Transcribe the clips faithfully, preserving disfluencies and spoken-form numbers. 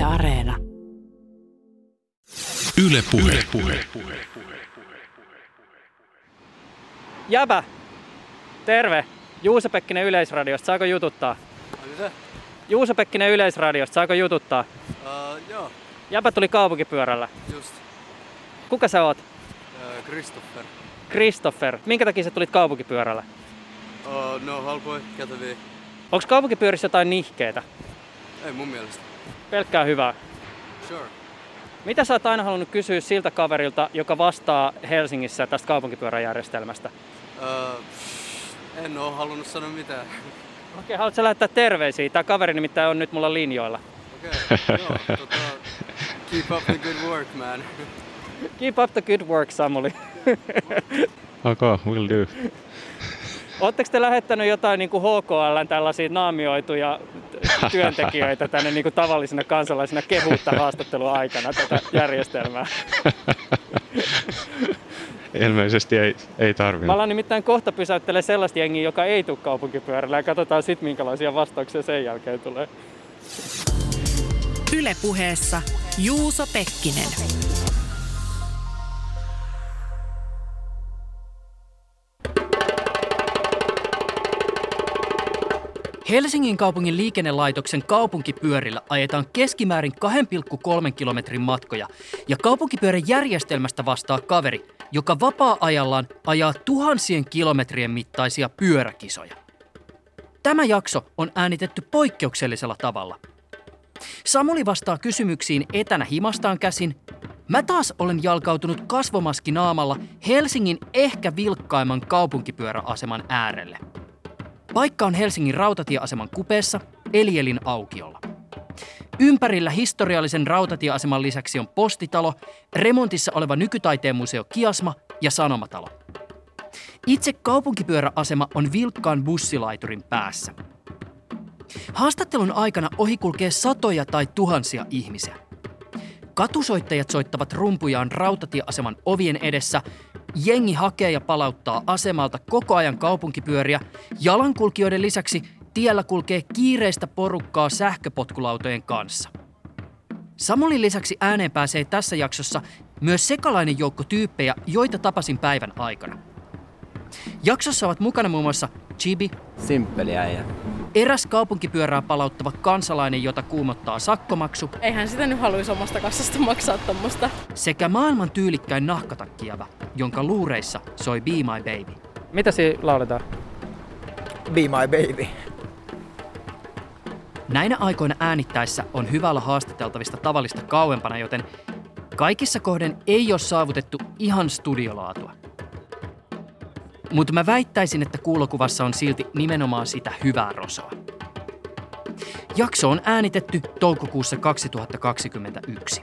Areena. Yle Puhe. Yle Puhe. Jäbä! Terve! Juuso Pekkinen Yleisradiosta, saako jututtaa? Mitä? Juuso Pekkinen Yleisradiosta, saako jututtaa? Uh, joo, Jäbä tuli kaupunkipyörällä. just. Kuka sä oot? Uh, Christopher. Christopher. Minkä takia sä tulit kaupunkipyörällä? Uh, no, halpoja, käteviä. Onks kaupunkipyörissä jotain nihkeetä? Ei mun mielestä. Pelkkää hyvää. Sure. Mitä sä oot aina halunnut kysyä siltä kaverilta, joka vastaa Helsingissä tästä kaupunkipyöräjärjestelmästä? Uh, en oo halunnut sanoa mitään. Okei, haluatko sä lähettää terveisiä? Tää kaveri nimittäin on nyt mulla linjoilla. Okei, okay. Joo, tota, keep up the good work, man. Keep up the good work, Samuli. Okay, will do. Ootteko te lähettänyt jotain niin kuin H K L:n tällaisia naamioituja työntekijöitä tänne niin kuin tavallisina kansalaisina kehuutta haastattelun aikana tätä järjestelmää? Ilmeisesti ei, ei tarvinnut. Mä alan nimittäin kohta pysäyttelee sellaista jengiä, joka ei tule kaupunkipyörällä ja katsotaan sitten minkälaisia vastauksia sen jälkeen tulee. Yle Puheessa Juuso Pekkinen. Helsingin kaupungin liikennelaitoksen kaupunkipyörillä ajetaan keskimäärin kaksi pilkku kolme kilometrin matkoja ja kaupunkipyörän järjestelmästä vastaa kaveri, joka vapaa-ajallaan ajaa tuhansien kilometrien mittaisia pyöräkisoja. Tämä jakso on äänitetty poikkeuksellisella tavalla. Samuli vastaa kysymyksiin etänä himastaan käsin. Mä taas olen jalkautunut kasvomaski naamalla Helsingin ehkä vilkkaimman kaupunkipyöräaseman äärelle. Paikka on Helsingin rautatieaseman kupeessa Elielin aukiolla. Ympärillä historiallisen rautatieaseman lisäksi on postitalo, remontissa oleva nykytaiteen museo Kiasma ja sanomatalo. Itse kaupunkipyöräasema on vilkkaan bussilaiturin päässä. Haastattelun aikana ohi kulkee satoja tai tuhansia ihmisiä. Katusoittajat soittavat rumpujaan rautatieaseman ovien edessä, jengi hakee ja palauttaa asemalta koko ajan kaupunkipyöriä, jalankulkijoiden lisäksi tiellä kulkee kiireistä porukkaa sähköpotkulautojen kanssa. Samulin lisäksi ääneen pääsee tässä jaksossa myös sekalainen joukko tyyppejä, joita tapasin päivän aikana. Jaksossa ovat mukana muun muassa Chibi, simppeli äijä, eräs kaupunkipyörää palauttava kansalainen, jota kuumottaa sakkomaksu, eihän sitä nyt haluaisi omasta kassasta maksaa tommoista, sekä maailman tyylikkäin nahkatakkijävä, jonka luureissa soi Be My Baby. Mitä siinä lauletaan? Be My Baby. Näinä aikoina äänittäessä on hyvä olla haastateltavista tavallista kauempana, joten kaikissa kohden ei ole saavutettu ihan studiolaatua. Mutta mä väittäisin, että kuulokuvassa on silti nimenomaan sitä hyvää rosoa. Jakso on äänitetty toukokuussa kaksituhattakaksikymmentäyksi.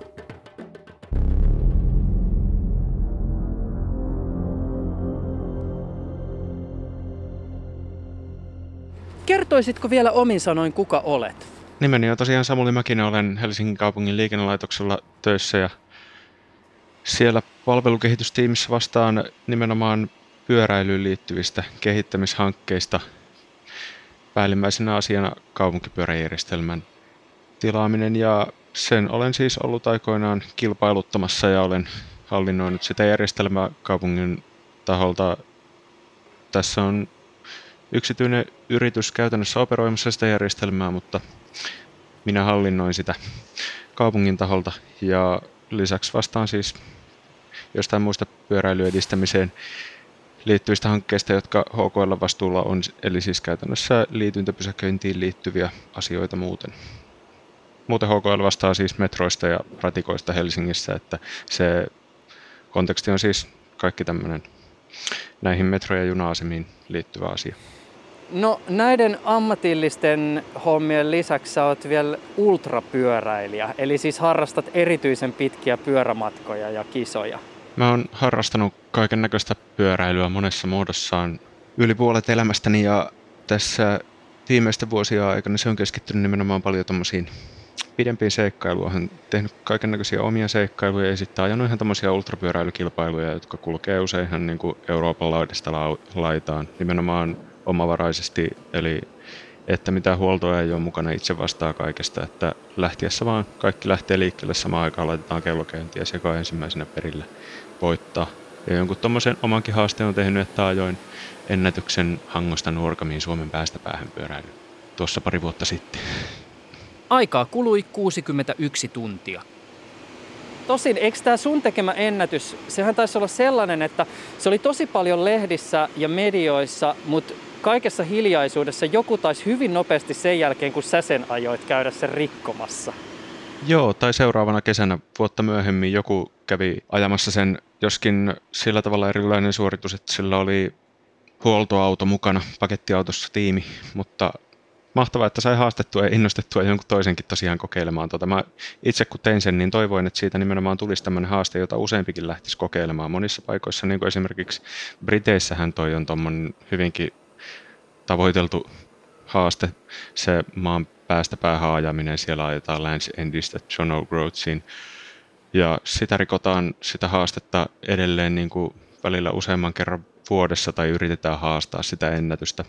Kertoisitko vielä omin sanoin, kuka olet? Nimeni on tosiaan Samuli Mäkinen, olen Helsingin kaupungin liikennelaitoksella töissä ja siellä palvelukehitystiimissä vastaan nimenomaan pyöräilyyn liittyvistä kehittämishankkeista. Päällimmäisenä asiana kaupunkipyöräjärjestelmän tilaaminen ja sen olen siis ollut aikoinaan kilpailuttamassa ja olen hallinnoinut sitä järjestelmää kaupungin taholta. Tässä on yksityinen yritys käytännössä operoimassa sitä järjestelmää, mutta minä hallinnoin sitä kaupungin taholta ja lisäksi vastaan siis jostain muista pyöräilyn edistämiseen liittyvistä hankkeista, jotka H K L:n vastuulla on, eli siis käytännössä liityntäpysäköintiin liittyviä asioita muuten. Muuten H K L vastaa siis metroista ja ratikoista Helsingissä, että se konteksti on siis kaikki tämmöinen näihin metro- ja juna-asemiin liittyvä asia. No näiden ammatillisten hommien lisäksi sä oot vielä ultrapyöräilijä, eli siis harrastat erityisen pitkiä pyörämatkoja ja kisoja. Mä oon harrastanut kaiken näköistä pyöräilyä monessa muodossaan yli puolet elämästäni ja tässä viimeisten vuosien aikana se on keskittynyt nimenomaan paljon tommosiin pidempiin seikkailuihin. Olen tehnyt kaiken näköisiä omia seikkailuja ja sitten ajanut ihan tommosia ultrapyöräilykilpailuja, jotka kulkee usein ihan niin kuin Euroopan laidasta laitaan nimenomaan omavaraisesti, eli että mitä huoltoa ei ole mukana, itse vastaa kaikesta, että lähtiessä vaan kaikki lähtee liikkeelle samaan aikaan, laitetaan kellokäyntiä ja se, joka on ensimmäisenä perillä, voittaa. Ja jonkun tommosen omankin haasteen on tehnyt, että ajoin ennätyksen Hangosta Nuorgamiin Suomen päästä päähän pyöräily tuossa pari vuotta sitten. Aikaa kului kuusikymmentäyksi tuntia. Tosin, eikö tämä sun tekemä ennätys, sehän taisi olla sellainen, että se oli tosi paljon lehdissä ja medioissa, mutta kaikessa hiljaisuudessa joku taisi hyvin nopeasti sen jälkeen, kun sä sen ajoit, käydä sen rikkomassa. Joo, tai seuraavana kesänä vuotta myöhemmin joku kävi ajamassa sen, joskin sillä tavalla erilainen suoritus, että sillä oli huoltoauto mukana, pakettiautossa tiimi, mutta mahtavaa, että sai haastettua ja innostettua jonkun toisenkin tosiaan kokeilemaan. Tota, mä itse kun tein sen, niin toivoin, että siitä nimenomaan tulisi tämmöinen haaste, jota useampikin lähtisi kokeilemaan. Monissa paikoissa, niin kuin esimerkiksi Briteissähän toi on tommonen hyvinkin tavoiteltu haaste, se maan päästä päähän ajaminen, siellä ajetaan Land's Endistä John O'Groatsiin. Ja sitä rikotaan sitä haastetta edelleen niin kuin välillä useamman kerran vuodessa tai yritetään haastaa sitä ennätystä,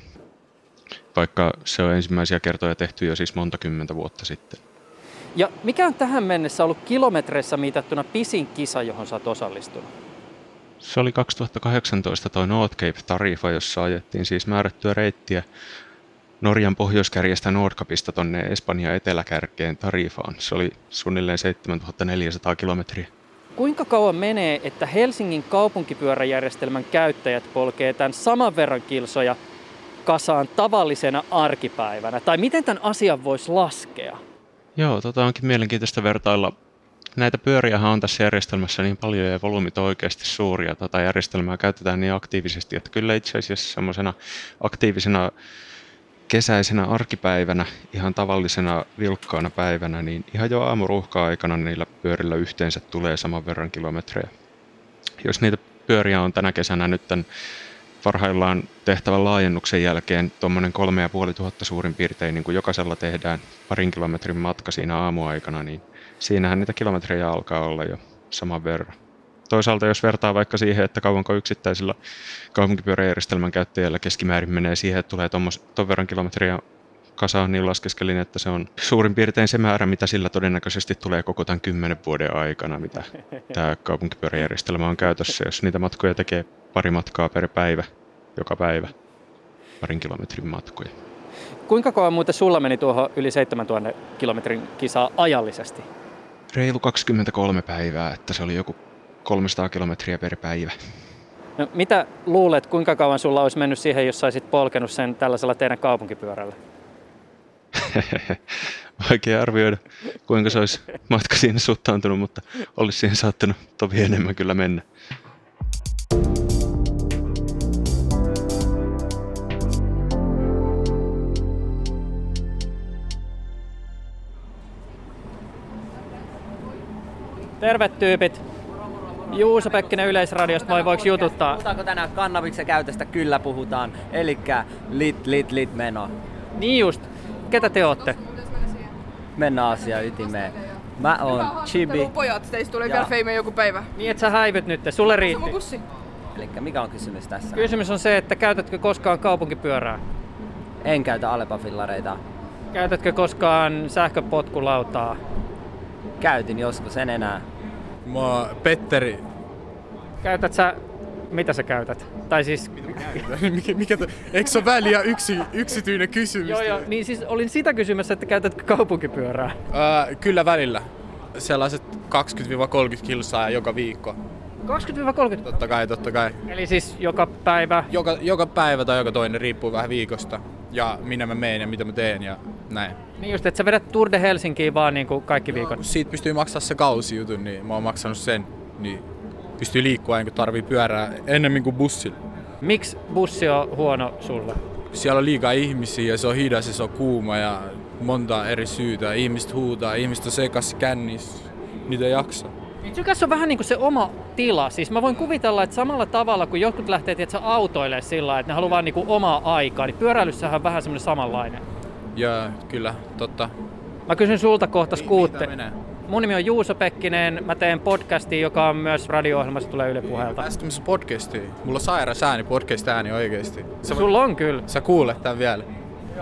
vaikka se on ensimmäisiä kertoja tehty jo siis monta kymmentä vuotta sitten. Ja mikä on tähän mennessä ollut kilometreissä mitattuna pisin kisa, johon sä oot osallistunut? Se oli kaksituhattakahdeksantoista toi North Cape Tarifa, jossa ajettiin siis määrättyä reittiä Norjan pohjoiskärjestä Nordkapista tonne Espanjan eteläkärkeen Tarifaan. Se oli suunnilleen seitsemäntuhattaneljäsataa kilometriä. Kuinka kauan menee, että Helsingin kaupunkipyöräjärjestelmän käyttäjät polkee tämän saman verran kilsoja kasaan tavallisena arkipäivänä? Tai miten tämän asian voisi laskea? Joo, tota onkin mielenkiintoista vertailla. Näitä pyöriähän on tässä järjestelmässä niin paljon ja volyymit on oikeasti suuria. Tätä järjestelmää käytetään niin aktiivisesti, että kyllä itse asiassa semmoisena aktiivisena kesäisenä arkipäivänä, ihan tavallisena vilkkaana päivänä, niin ihan jo aamuruuhka-aikana niillä pyörillä yhteensä tulee saman verran kilometrejä. Jos niitä pyöriä on tänä kesänä nyt tämän parhaillaan tehtävän laajennuksen jälkeen tuommoinen kolme ja puoli tuhatta suurin piirtein, niin kuin jokaisella tehdään parin kilometrin matka siinä aamuaikana, niin siinähän niitä kilometrejä alkaa olla jo saman verran. Toisaalta jos vertaa vaikka siihen, että kauanko yksittäisillä kaupunkipyöräjärjestelmän käyttäjillä keskimäärin menee siihen, että tulee tuon verran kilometriä kasaan, niin laskeskelin, että se on suurin piirtein se määrä, mitä sillä todennäköisesti tulee koko tämän kymmenen vuoden aikana, mitä tämä kaupunkipyöräjärjestelmä on käytössä, jos niitä matkoja tekee pari matkaa per päivä, joka päivä, parin kilometrin matkoja. Kuinka kauan muuten sulla meni tuohon yli seitsemäntuhatta kilometrin kisaa ajallisesti? Reilu kaksikymmentäkolme päivää, että se oli joku kolmesataa kilometriä per päivä. No, mitä luulet, kuinka kauan sulla olisi mennyt siihen, jos saisit polkenut sen tällaisella teidän kaupunkipyörällä? Vaikea arvioida, kuinka se olisi matka siinä suhtaantunut, mutta olisi siihen saattanut tovi enemmän kyllä mennä. Terve tyypit! Juuso Pekkinen Yleisradiosta, vai voiko jututtaa? Puhutaanko tänään kannaviksen käytöstä? Kyllä puhutaan. Elikkä lit, lit, lit meno. Niin just. Ketä te ootte? Mennään asiaan ytimeen. Mä oon Chibi. Pojat, teistä tulee Ja- vielä feimeen joku päivä. Niin et sä häivyt nyt, sulle Se on riitti. mun bussi. Elikkä mikä on kysymys tässä? Kysymys on se, että käytätkö koskaan kaupunkipyörää? En käytä Alepa-fillareita. Käytätkö koskaan sähköpotkulautaa? Käytin joskus, en enää. Mä oon Petteri. Käytät sä... Mitä sä käytät? Tai siis... mikä, mikä to, eikö se ole vähän liian yksi, yksityinen kysymys? Joo joo, niin siis olin sitä kysymässä, että käytätkö kaupunkipyörää? Ää, kyllä välillä. Sellaiset kaksikymmentä kolmekymmentä kilsaa joka viikko. kaksikymmentä kolmekymmentä? Totta kai, totta kai. Eli siis joka päivä? Joka, joka päivä tai joka toinen, riippuu vähän viikosta. Ja minä mä menen ja mitä mä teen ja näin. Niin just, että sä vedät Tour de Helsinkiin vaan niin kuin kaikki viikot. Kun siitä pystyy maksaa se kausijutun, niin mä oon maksanut sen. Niin pystyy liikkua, kun tarvii pyörää ennemmin kuin bussilla. Miksi bussi on huono sulle? Siellä on liikaa ihmisiä ja se on hidas ja se on kuuma ja monta eri syytä. Ihmiset huutaa, ihmiset on sekas kännissä, niitä ei jaksa. Sykäs on vähän niin kuin se oma tila. Siis mä voin kuvitella, että samalla tavalla kun jotkut lähtee tietysti autoilemaan sillä lailla, että ne haluaa vaan niin kuin omaa aikaa, niin pyöräilyssähän on vähän semmoinen samanlainen. Ja kyllä, totta. Mä kysyn sulta kohta Mihin skuutte. tää menee? Mun nimi on Juuso Pekkinen, mä teen podcastia, joka on myös radio-ohjelmassa, tulee Yle Puheelta. Päästämässä podcastiin. Mulla on sairas ääni, podcast ääni oikeesti. Sä, Sulla on kyllä. sä kuulet tän vielä.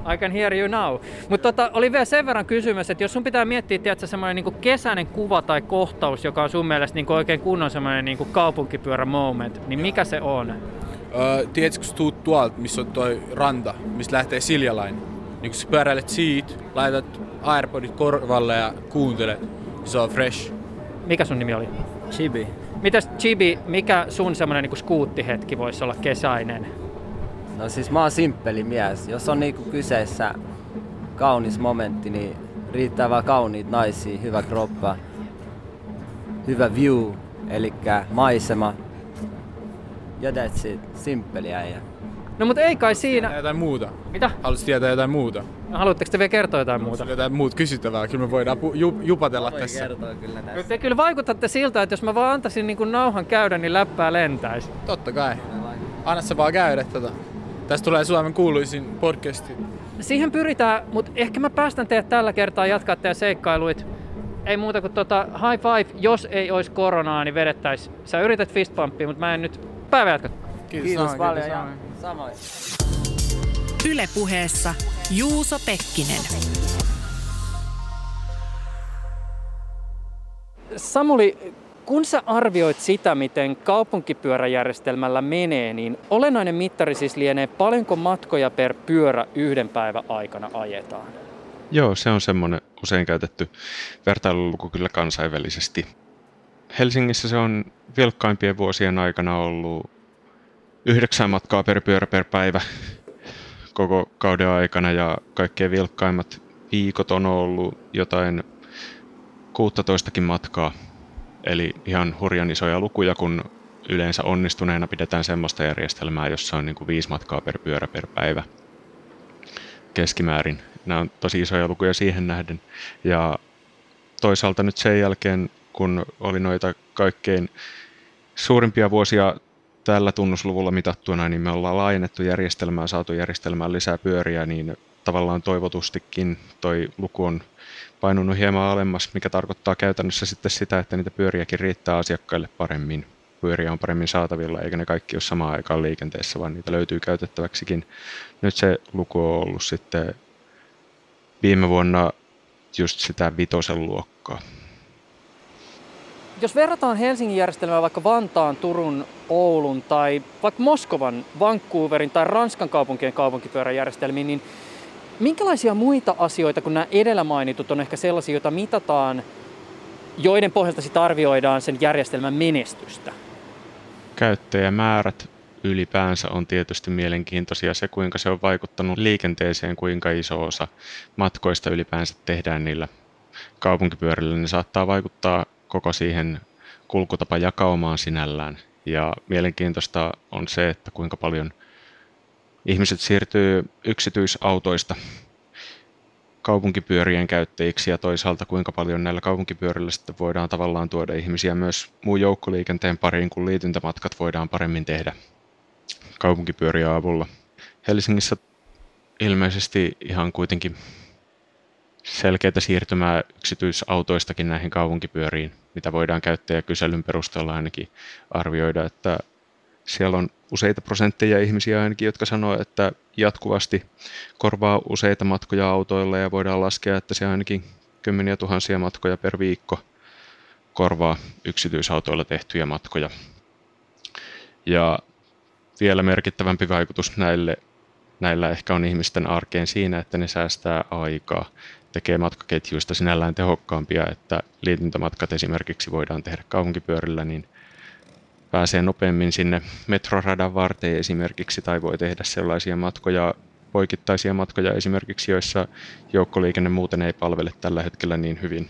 I can hear you now. Mutta tota, oli vielä sen verran kysymys, että jos sun pitää miettiä, tiedätkö, semmoinen niinku kesäinen kuva tai kohtaus, joka on sun mielestä niinku oikein kunnon semmoinen niinku kaupunkipyörä moment, niin mikä se on? Öö, tiedätkö, kun tuut tuolta, missä on toi ranta, mistä lähtee Siljalain, niin kun sä pyöräilet siitä, laitat AirPodit korvalle ja kuuntelet, niin se on fresh. Mikä sun nimi oli? Chibi. Mitäs Chibi, mikä sun semmoinen niinku skuuttihetki voisi olla kesäinen? No siis mä oon simppeli mies. Jos on niinku kyseessä kaunis momentti, niin riittää vaan kauniit naisia, hyvä kroppa, hyvä view, elikkä maisema. Ja that's it. Simppeli äijä. No mut ei kai siinä... Tietää jotain muuta. Mitä? Haluaisit tietää jotain muuta? Haluatteko te vielä kertoa jotain muuta? Sulla jotain muuta kysyttävää, kyllä me voidaan pu- ju- jupatella Voi tässä. kertoa kyllä tässä. Te kyllä vaikutatte siltä, että jos mä vaan antaisin niin kuin nauhan käydä, niin läppää lentäisi. Totta kai. Anna se vaan käydä tätä. Tästä tulee Suomen kuuluisin podcasti. Siihen pyritään, mutta ehkä mä päästän teidät tällä kertaa jatkaa teidän seikkailuit. Ei muuta kuin tota high five, jos ei olisi koronaa, niin vedettäis. Sä yrität fistpumpia, mutta mä en nyt päivä jatka. Kiitos, Kiitos samoin, paljon kiitos, ja samoin. samoin. Yle Puheessa Juuso Pekkinen. Samuli, kun sä arvioit sitä, miten kaupunkipyöräjärjestelmällä menee, niin olennainen mittari siis lienee, paljonko matkoja per pyörä yhden päivän aikana ajetaan. Joo, se on semmoinen usein käytetty vertailuluku kyllä kansainvälisesti. Helsingissä se on vilkkaimpien vuosien aikana ollut yhdeksän matkaa per pyörä per päivä koko kauden aikana ja kaikkein vilkkaimmat viikot on ollut jotain kuusitoistakin matkaa. Eli ihan hurjan isoja lukuja, kun yleensä onnistuneena pidetään semmoista järjestelmää, jossa on niin kuin viisi matkaa per pyörä per päivä keskimäärin. Nämä on tosi isoja lukuja siihen nähden. Ja toisaalta nyt sen jälkeen, kun oli noita kaikkein suurimpia vuosia tällä tunnusluvulla mitattuna, niin me ollaan laajennettu järjestelmää, saatu järjestelmään lisää pyöriä, niin tavallaan toivotustikin toi luku on painunut hieman alemmas, mikä tarkoittaa käytännössä sitten sitä, että niitä pyöriäkin riittää asiakkaille paremmin. Pyöriä on paremmin saatavilla, eikä ne kaikki ole samaan aikaan liikenteessä, vaan niitä löytyy käytettäväksikin. Nyt se luku on ollut sitten viime vuonna just sitä vitosen luokkaa. Jos verrataan Helsingin järjestelmää vaikka Vantaan, Turun, Oulun tai vaikka Moskovan, Vancouverin tai Ranskan kaupunkien kaupunkipyöräjärjestelmiin, niin minkälaisia muita asioita kuin nämä edellä mainitut on ehkä sellaisia, joita mitataan, joiden pohjalta sitten arvioidaan sen järjestelmän menestystä? Käyttäjämäärät ylipäänsä on tietysti mielenkiintoisia. Se, kuinka se on vaikuttanut liikenteeseen, kuinka iso osa matkoista ylipäänsä tehdään niillä kaupunkipyörillä, niin saattaa vaikuttaa koko siihen kulkutapajakaumaan sinällään. Ja mielenkiintoista on se, että kuinka paljon ihmiset siirtyy yksityisautoista kaupunkipyörien käyttäjiksi ja toisaalta kuinka paljon näillä kaupunkipyörillä sitten voidaan tavallaan tuoda ihmisiä myös muun joukkoliikenteen pariin, kun liityntämatkat voidaan paremmin tehdä kaupunkipyörien avulla. Helsingissä ilmeisesti ihan kuitenkin selkeätä siirtymää yksityisautoistakin näihin kaupunkipyöriin, mitä voidaan käyttäjäkyselyn perusteella ainakin arvioida, että siellä on useita prosentteja ihmisiä ainakin, jotka sanoo, että jatkuvasti korvaa useita matkoja autoilla ja voidaan laskea, että se ainakin kymmeniä tuhansia matkoja per viikko korvaa yksityisautoilla tehtyjä matkoja. Ja vielä merkittävämpi vaikutus näille, näillä ehkä on ihmisten arkeen siinä, että ne säästää aikaa, tekee matkaketjuista sinällään tehokkaampia, että liityntämatkat esimerkiksi voidaan tehdä kaupunkipyörillä, niin pääsee nopeammin sinne metroradan varteen esimerkiksi, tai voi tehdä sellaisia matkoja, poikittaisia matkoja esimerkiksi, joissa joukkoliikenne muuten ei palvele tällä hetkellä niin hyvin.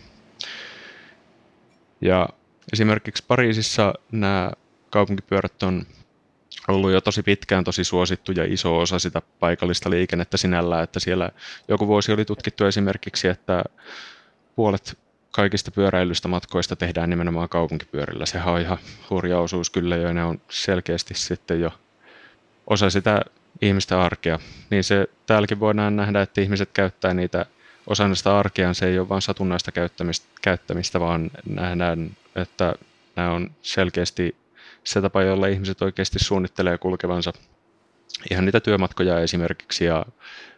Ja esimerkiksi Pariisissa nämä kaupunkipyörät on ollut jo tosi pitkään tosi suosittu ja iso osa sitä paikallista liikennettä sinällään, että siellä joku vuosi oli tutkittu esimerkiksi, että puolet kaikista pyöräilystä matkoista tehdään nimenomaan kaupunkipyörillä. Sehän on ihan hurja osuus kyllä jo, ne on selkeästi sitten jo osa sitä ihmisten arkea. Niin se täälläkin voidaan nähdä, että ihmiset käyttää niitä osana sitä arkeaan, se ei ole vain satunnaista käyttämistä, käyttämistä, vaan nähdään, että nämä on selkeästi se tapa, jolla ihmiset oikeasti suunnittelee kulkevansa ihan niitä työmatkoja esimerkiksi ja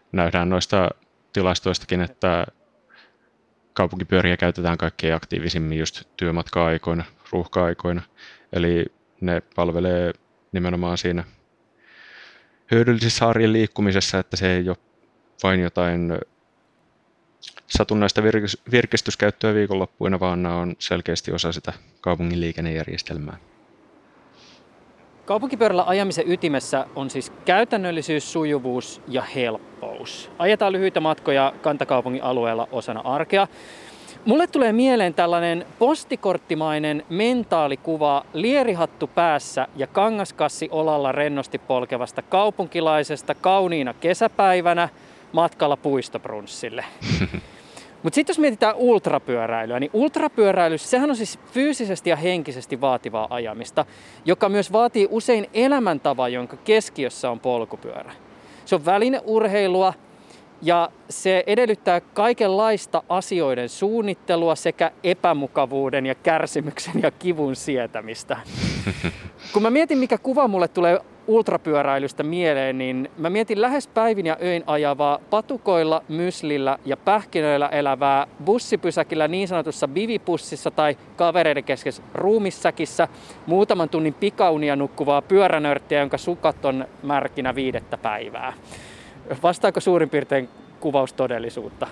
nähdään noista tilastoistakin, että kaupunkipyöriä käytetään kaikkein aktiivisimmin just työmatka-aikoina, ruuhka-aikoina. Eli ne palvelee nimenomaan siinä hyödyllisessä arjen liikkumisessa, että se ei ole vain jotain satunnaista virkistyskäyttöä viikonloppuina, vaan nämä on selkeästi osa sitä kaupungin liikennejärjestelmää. Kaupunkipyörällä ajamisen ytimessä on siis käytännöllisyys, sujuvuus ja helppous. Ajetaan lyhyitä matkoja kantakaupungin alueella osana arkea. Mulle tulee mieleen tällainen postikorttimainen mentaalikuva lierihattu päässä ja kangaskassi olalla rennosti polkevasta kaupunkilaisesta kauniina kesäpäivänä matkalla puistobrunssille. Mutta sitten jos mietitään ultrapyöräilyä, niin ultrapyöräily, sehän on siis fyysisesti ja henkisesti vaativaa ajamista, joka myös vaatii usein elämäntavan, jonka keskiössä on polkupyörä. Se on välineurheilua ja se edellyttää kaikenlaista asioiden suunnittelua sekä epämukavuuden ja kärsimyksen ja kivun sietämistä. Kun mä mietin, mikä kuva mulle tulee ultrapyöräilystä mieleen, niin mä mietin lähes päivin ja öin ajavaa patukoilla, myslillä ja pähkinöillä elävää bussipysäkillä niin sanotussa bivipussissa tai kavereiden keskessä ruumissäkissä muutaman tunnin pikaunia nukkuvaa pyöränörttiä, jonka sukat on märkinä viidettä päivää. Vastaako suurin piirtein kuvaus todellisuutta?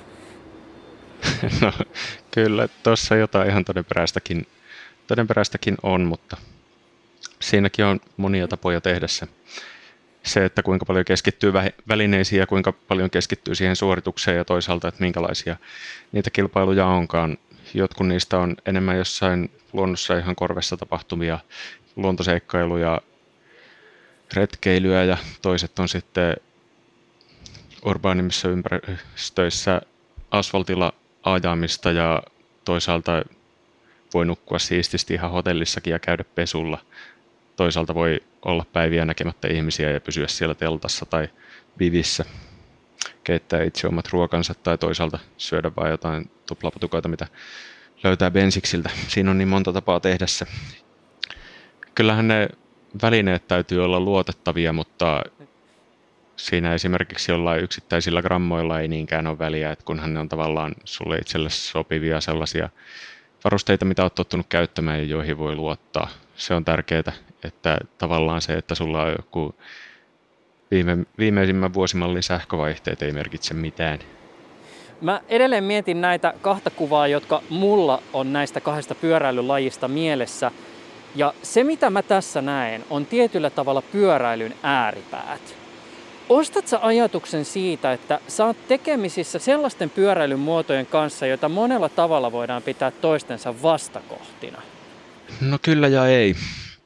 No kyllä, tuossa jotain ihan todenperäistäkin, todenperäistäkin on, mutta siinäkin on monia tapoja tehdä se. Se, että kuinka paljon keskittyy välineisiin ja kuinka paljon keskittyy siihen suoritukseen ja toisaalta, että minkälaisia niitä kilpailuja onkaan. Jotkut niistä on enemmän jossain luonnossa ihan korvessa tapahtumia luontoseikkailuja, retkeilyä ja toiset on sitten urbaanimmissa ympäristöissä asfaltilla ajamista ja toisaalta voi nukkua siististi ihan hotellissakin ja käydä pesulla. Toisaalta voi olla päiviä näkemättä ihmisiä ja pysyä siellä teltassa tai bivissä, keittää itse omat ruokansa tai toisaalta syödä vain jotain tuplapatukoita, mitä löytää bensiksiltä. Siinä on niin monta tapaa tehdä se. Kyllähän ne välineet täytyy olla luotettavia, mutta siinä esimerkiksi jollain yksittäisillä grammoilla ei niinkään ole väliä, että kunhan ne on tavallaan sulle itselle sopivia sellaisia varusteita, mitä olet tottunut käyttämään ja joihin voi luottaa. Se on tärkeää, että tavallaan se, että sulla on joku viime, viimeisimmän vuosimallin sähkövaihteet ei merkitse mitään. Mä edelleen mietin näitä kahta kuvaa, jotka mulla on näistä kahdesta pyöräilylajista mielessä. Ja se, mitä mä tässä näen, on tietyllä tavalla pyöräilyn ääripäät. Ostat sä ajatuksen siitä, että sä oot tekemisissä sellaisten pyöräilyn muotojen kanssa, joita monella tavalla voidaan pitää toistensa vastakohtina? No kyllä ja ei.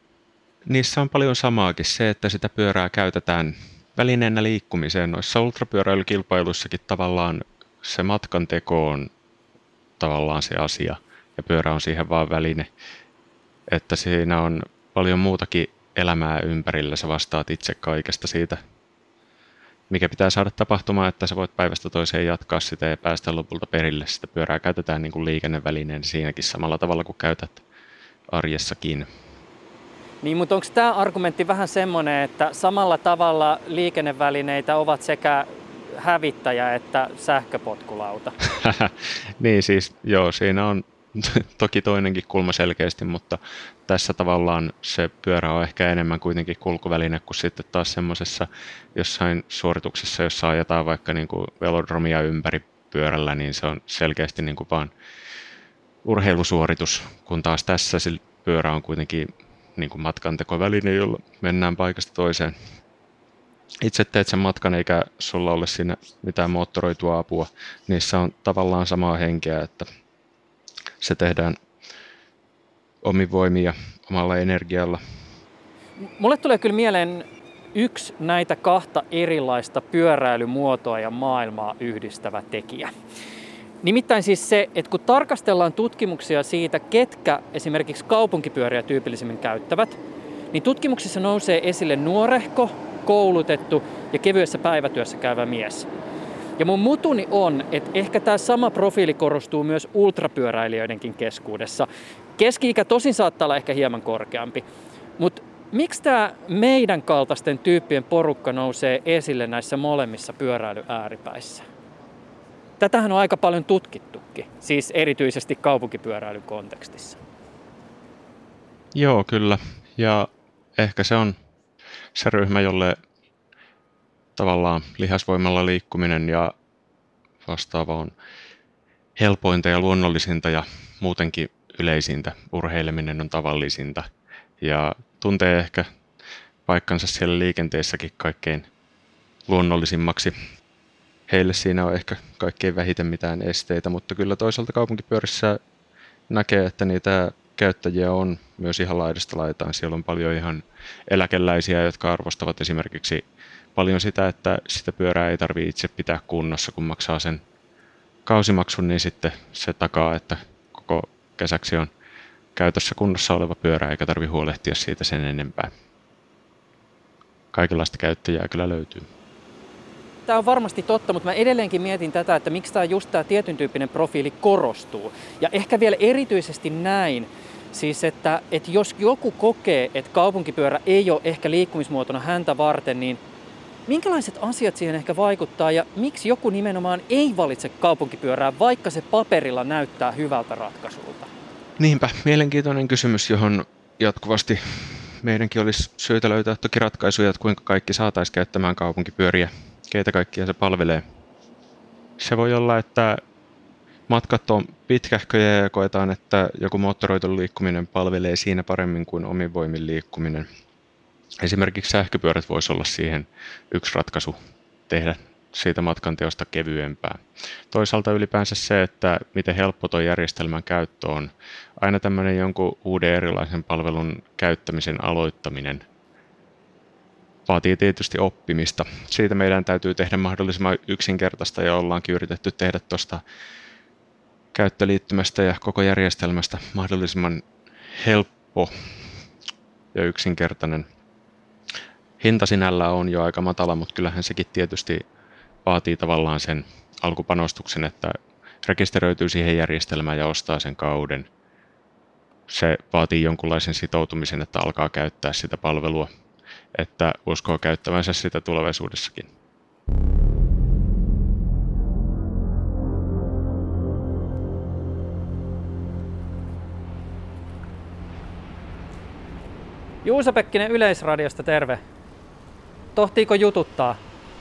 Niissä on paljon samaakin. Se, että sitä pyörää käytetään välineenä liikkumiseen. Noissa ultrapyöräilykilpailuissakin tavallaan se matkan teko on tavallaan se asia ja pyörä on siihen vaan väline. Että siinä on paljon muutakin elämää ympärillä. Sä vastaat itse kaikesta siitä, mikä pitää saada tapahtumaan, että sä voit päivästä toiseen jatkaa sitä ja päästä lopulta perille. Sitä pyörää käytetään niin kuin liikennevälineen siinäkin samalla tavalla kuin käytät arjessakin. Niin, mutta onko tämä argumentti vähän semmoinen, että samalla tavalla liikennevälineitä ovat sekä hävittäjä että sähköpotkulauta? Niin siis, joo, siinä on toki toinenkin kulma selkeästi, mutta tässä tavallaan se pyörä on ehkä enemmän kuitenkin kulkuväline kuin sitten taas semmoisessa jossain suorituksessa, jossa ajetaan vaikka niin kuin velodromia ympäri pyörällä, niin se on selkeästi niin kuin vaan urheilusuoritus, kun taas tässä se pyörä on kuitenkin niin kuin matkantekoväline, jolla mennään paikasta toiseen. Itse teet sen matkan eikä sulla ole siinä mitään moottoroitua apua. Niissä on tavallaan samaa henkeä, että se tehdään omin voimin ja omalla energialla. Mulle tulee kyllä mieleen yksi näitä kahta erilaista pyöräilymuotoa ja maailmaa yhdistävä tekijä. Nimittäin siis se, että kun tarkastellaan tutkimuksia siitä, ketkä esimerkiksi kaupunkipyöriä tyypillisimmin käyttävät, niin tutkimuksissa nousee esille nuorehko, koulutettu ja kevyessä päivätyössä käyvä mies. Ja mun mutuni on, että ehkä tämä sama profiili korostuu myös ultrapyöräilijöidenkin keskuudessa. Keski-ikä tosin saattaa olla ehkä hieman korkeampi, mutta Miksi tämä meidän kaltaisten tyyppien porukka nousee esille näissä molemmissa pyöräilyääripäissä? Tätähän on aika paljon tutkittukin, siis erityisesti kaupunkipyöräilyn kontekstissa. Joo, kyllä. Ja ehkä se on se ryhmä, jolle tavallaan lihasvoimalla liikkuminen ja vastaava on helpointa ja luonnollisinta ja muutenkin yleisintä. Urheileminen on tavallisinta ja tuntee ehkä paikkansa siellä liikenteessäkin kaikkein luonnollisimmaksi. Heille siinä on ehkä kaikkein vähiten mitään esteitä, mutta kyllä toisaalta kaupunkipyörissä näkee, että niitä käyttäjiä on myös ihan laidasta laitaan. Siellä on paljon ihan eläkeläisiä, jotka arvostavat esimerkiksi paljon sitä, että sitä pyörää ei tarvitse itse pitää kunnossa, kun maksaa sen kausimaksun, niin sitten se takaa, että koko kesäksi on käytössä kunnossa oleva pyörä, eikä tarvitse huolehtia siitä sen enempää. Kaikenlaista käyttäjää kyllä löytyy. Tämä on varmasti totta, mutta mä edelleenkin mietin tätä, että miksi tämä just tämä tietyn tyyppinen profiili korostuu. Ja ehkä vielä erityisesti näin, siis että, että jos joku kokee, että kaupunkipyörä ei ole ehkä liikkumismuotona häntä varten, niin minkälaiset asiat siihen ehkä vaikuttaa ja miksi joku nimenomaan ei valitse kaupunkipyörää, vaikka se paperilla näyttää hyvältä ratkaisulta? Niinpä, mielenkiintoinen kysymys, johon jatkuvasti meidänkin olisi syytä löytää toki ratkaisuja, että kuinka kaikki saataisiin käyttämään kaupunkipyöriä, keitä kaikkia se palvelee. Se voi olla, että matkat on pitkähköjä ja koetaan, että joku moottoroitu liikkuminen palvelee siinä paremmin kuin omin voimin liikkuminen. Esimerkiksi sähköpyörät voisi olla siihen yksi ratkaisu tehdä siitä matkanteosta kevyempää. Toisaalta ylipäänsä se, että miten helppo tuo järjestelmän käyttö on. Aina tämmöinen jonkun uuden erilaisen palvelun käyttämisen aloittaminen vaatii tietysti oppimista. Siitä meidän täytyy tehdä mahdollisimman yksinkertaista ja ollaankin yritetty tehdä tuosta käyttöliittymästä ja koko järjestelmästä mahdollisimman helppo ja yksinkertainen. Hinta sinällään on jo aika matala, mutta kyllähän sekin tietysti vaatii tavallaan sen alkupanostuksen, että rekisteröityy siihen järjestelmään ja ostaa sen kauden. Se vaatii jonkunlaisen sitoutumisen, että alkaa käyttää sitä palvelua, että uskoo käyttävänsä sitä tulevaisuudessakin. Juuso Pekkinen Yleisradiosta, terve. Tohtiiko jututtaa?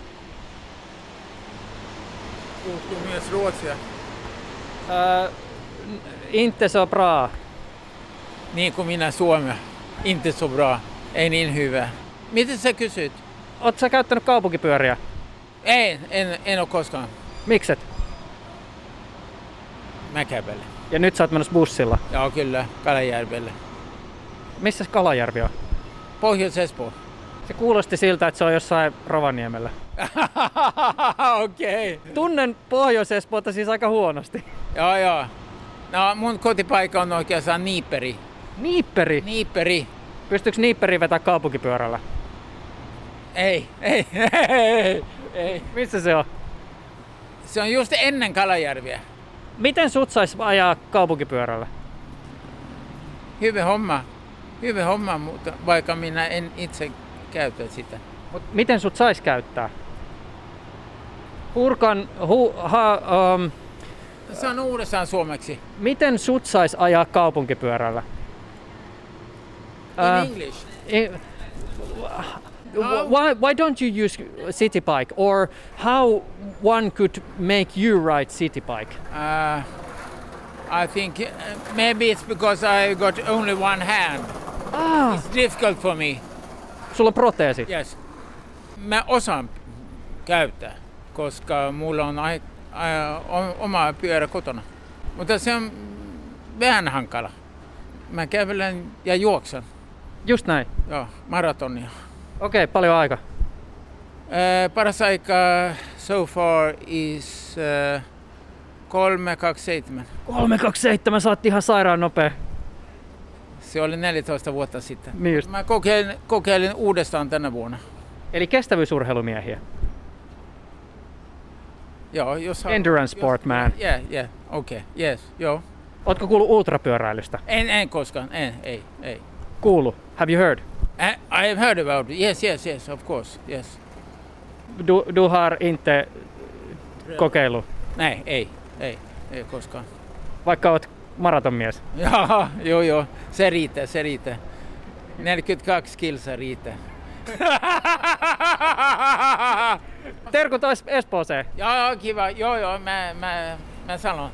Puhutko myös ruotsia? Äh, inte så bra. Niin kuin minä suomea. Inte så bra. Ei niin hyvä. Miten sä kysyt? Ootko sä käyttänyt kaupunkipyöriä? Ei, en, en ole koskaan. Mikset? Mä kävelen. Ja nyt sä oot menossa bussilla. Joo, kyllä. Kalajärvelle. Missä Kalajärvi on? Pohjois-Espoo. Se kuulosti siltä, että se on jossain Rovaniemellä. Okei. Okay. Tunnen Pohjois-Espoota siis aika huonosti. Joo, joo. No, mun kotipaikka on oikeastaan Niipperi. Niipperi? Niipperi. Pystyykö Niipperi vetää kaupunkipyörällä? Ei, ei, ei, ei. Missä se on? Se on just ennen Kalajärviä. Miten sut sais ajaa kaupunkipyörällä? Hyvä homma. Hyvä homma, mutta vaikka minä en itse käytä sitä. Mut miten sut sais käyttää? Urkan, hu, ha, um, se on uudestaan suomeksi. Miten sut sais ajaa kaupunkipyörällä? In uh, English. In, why, why don't you use city bike, or how one could make you ride city bike? Uh, I think uh, maybe it's because I got only one hand. Ah. It's difficult for me. Sulla on proteesi? Yes. Mä osaan käyttää, koska mulla on ai, ai, oma pyörä kotona. Mutta se on vähän hankala. Mä kävelen ja juoksen. Just näin? Joo, maratonia. Okei, okay, paljon aika? Uh, paras aika so far is uh, kolme kaksikymmentäseitsemän. kolme kaksikymmentäseitsemän, sä oot ihan sairaan nopea. Se oli neljätoista vuotta sitten. Niin just. Mä kokeilin, kokeilin uudestaan tänä vuonna. Eli kestävyysurheilumiehiä? Joo, jos... Endurance jos, sport man. Yeah, yeah, okei, okay, yes, joo. Ootko kuullut ultrapyöräilystä? En, en koskaan, en, ei, ei. Kuulu. Have you heard? I, I have heard about it. Yes, yes, yes, of course, yes. Du, du har inte kokeillut, Nej, ei, ei, ei koskaan. vaikka oot maratonmies? Joo, joo, joo, se riittää, se riittää. neljäkymmentäkaksi kilsa riittää. Terkut Es- Espooseen. Joo, joo, kiva, joo, joo, mä, mä, mä sanon.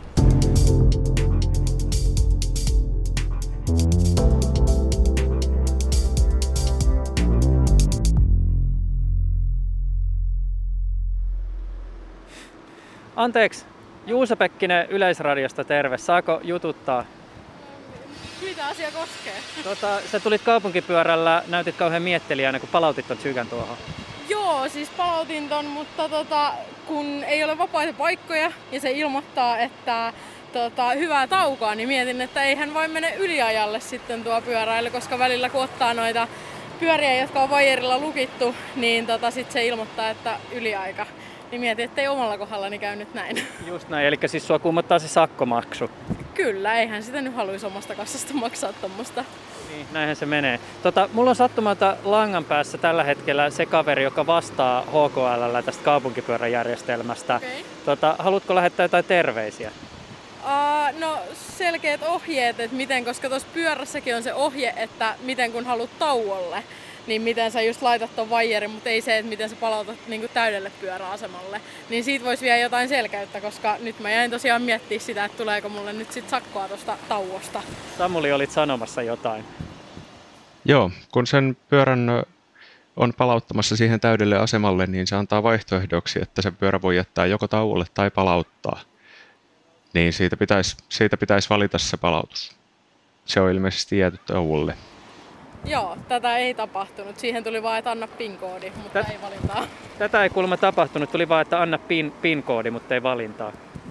Anteeksi, Juuso Pekkinen Yleisradiosta, terve. Saako jututtaa? Mitä asia koskee? Tota, sä tulit kaupunkipyörällä, näytit kauhean miettelijänä, kun palautit ton sykän tuohon. Joo, siis palautin ton, mutta tota, kun ei ole vapaita paikkoja ja se ilmoittaa, että tota, hyvää taukoa, niin mietin, että eihän vain mene yliajalle sitten tuo pyöräily, koska välillä kun ottaa noita pyöriä, jotka on vaijerilla lukittu, niin tota, sit se ilmoittaa, että yliaika. Niin mietin, ettei omalla kohdallani käynyt näin. Just näin, eli siis sua kummottaa se sakkomaksu. Kyllä, eihän sitä nyt haluaisi omasta kassasta maksaa tommosta. Niin, näinhän se menee. Tota, mulla on sattumalta langan päässä tällä hetkellä se kaveri, joka vastaa H K L:llä tästä kaupunkipyöräjärjestelmästä. Okay. Tota, haluatko lähettää jotain terveisiä? Uh, no selkeät ohjeet, että miten, koska tuossa pyörässäkin on se ohje, että miten kun haluat tauolle, niin miten sä just laitat ton vaijerin, mutta ei se, että miten sä palautat niin täydelle pyöräasemalle. Niin siitä voisi vielä jotain selkäyttä, koska nyt mä jäin tosiaan miettiä sitä, että tuleeko mulle nyt sit sakkoa tuosta tauosta. Samuli, olit sanomassa jotain. Joo, kun sen pyörän on palauttamassa siihen täydelle asemalle, niin se antaa vaihtoehdoksi, että se pyörä voi jättää joko tauolle tai palauttaa. Niin siitä pitäisi, siitä pitäisi valita se palautus. Se on ilmeisesti jääty tauolle. Joo, tätä ei tapahtunut. Siihen tuli vaan, että anna PIN-koodi, mutta Tät... ei valintaa. Tätä ei kuulemma tapahtunut. Tuli vaan, että anna PIN, PIN-koodi, mutta ei valintaa.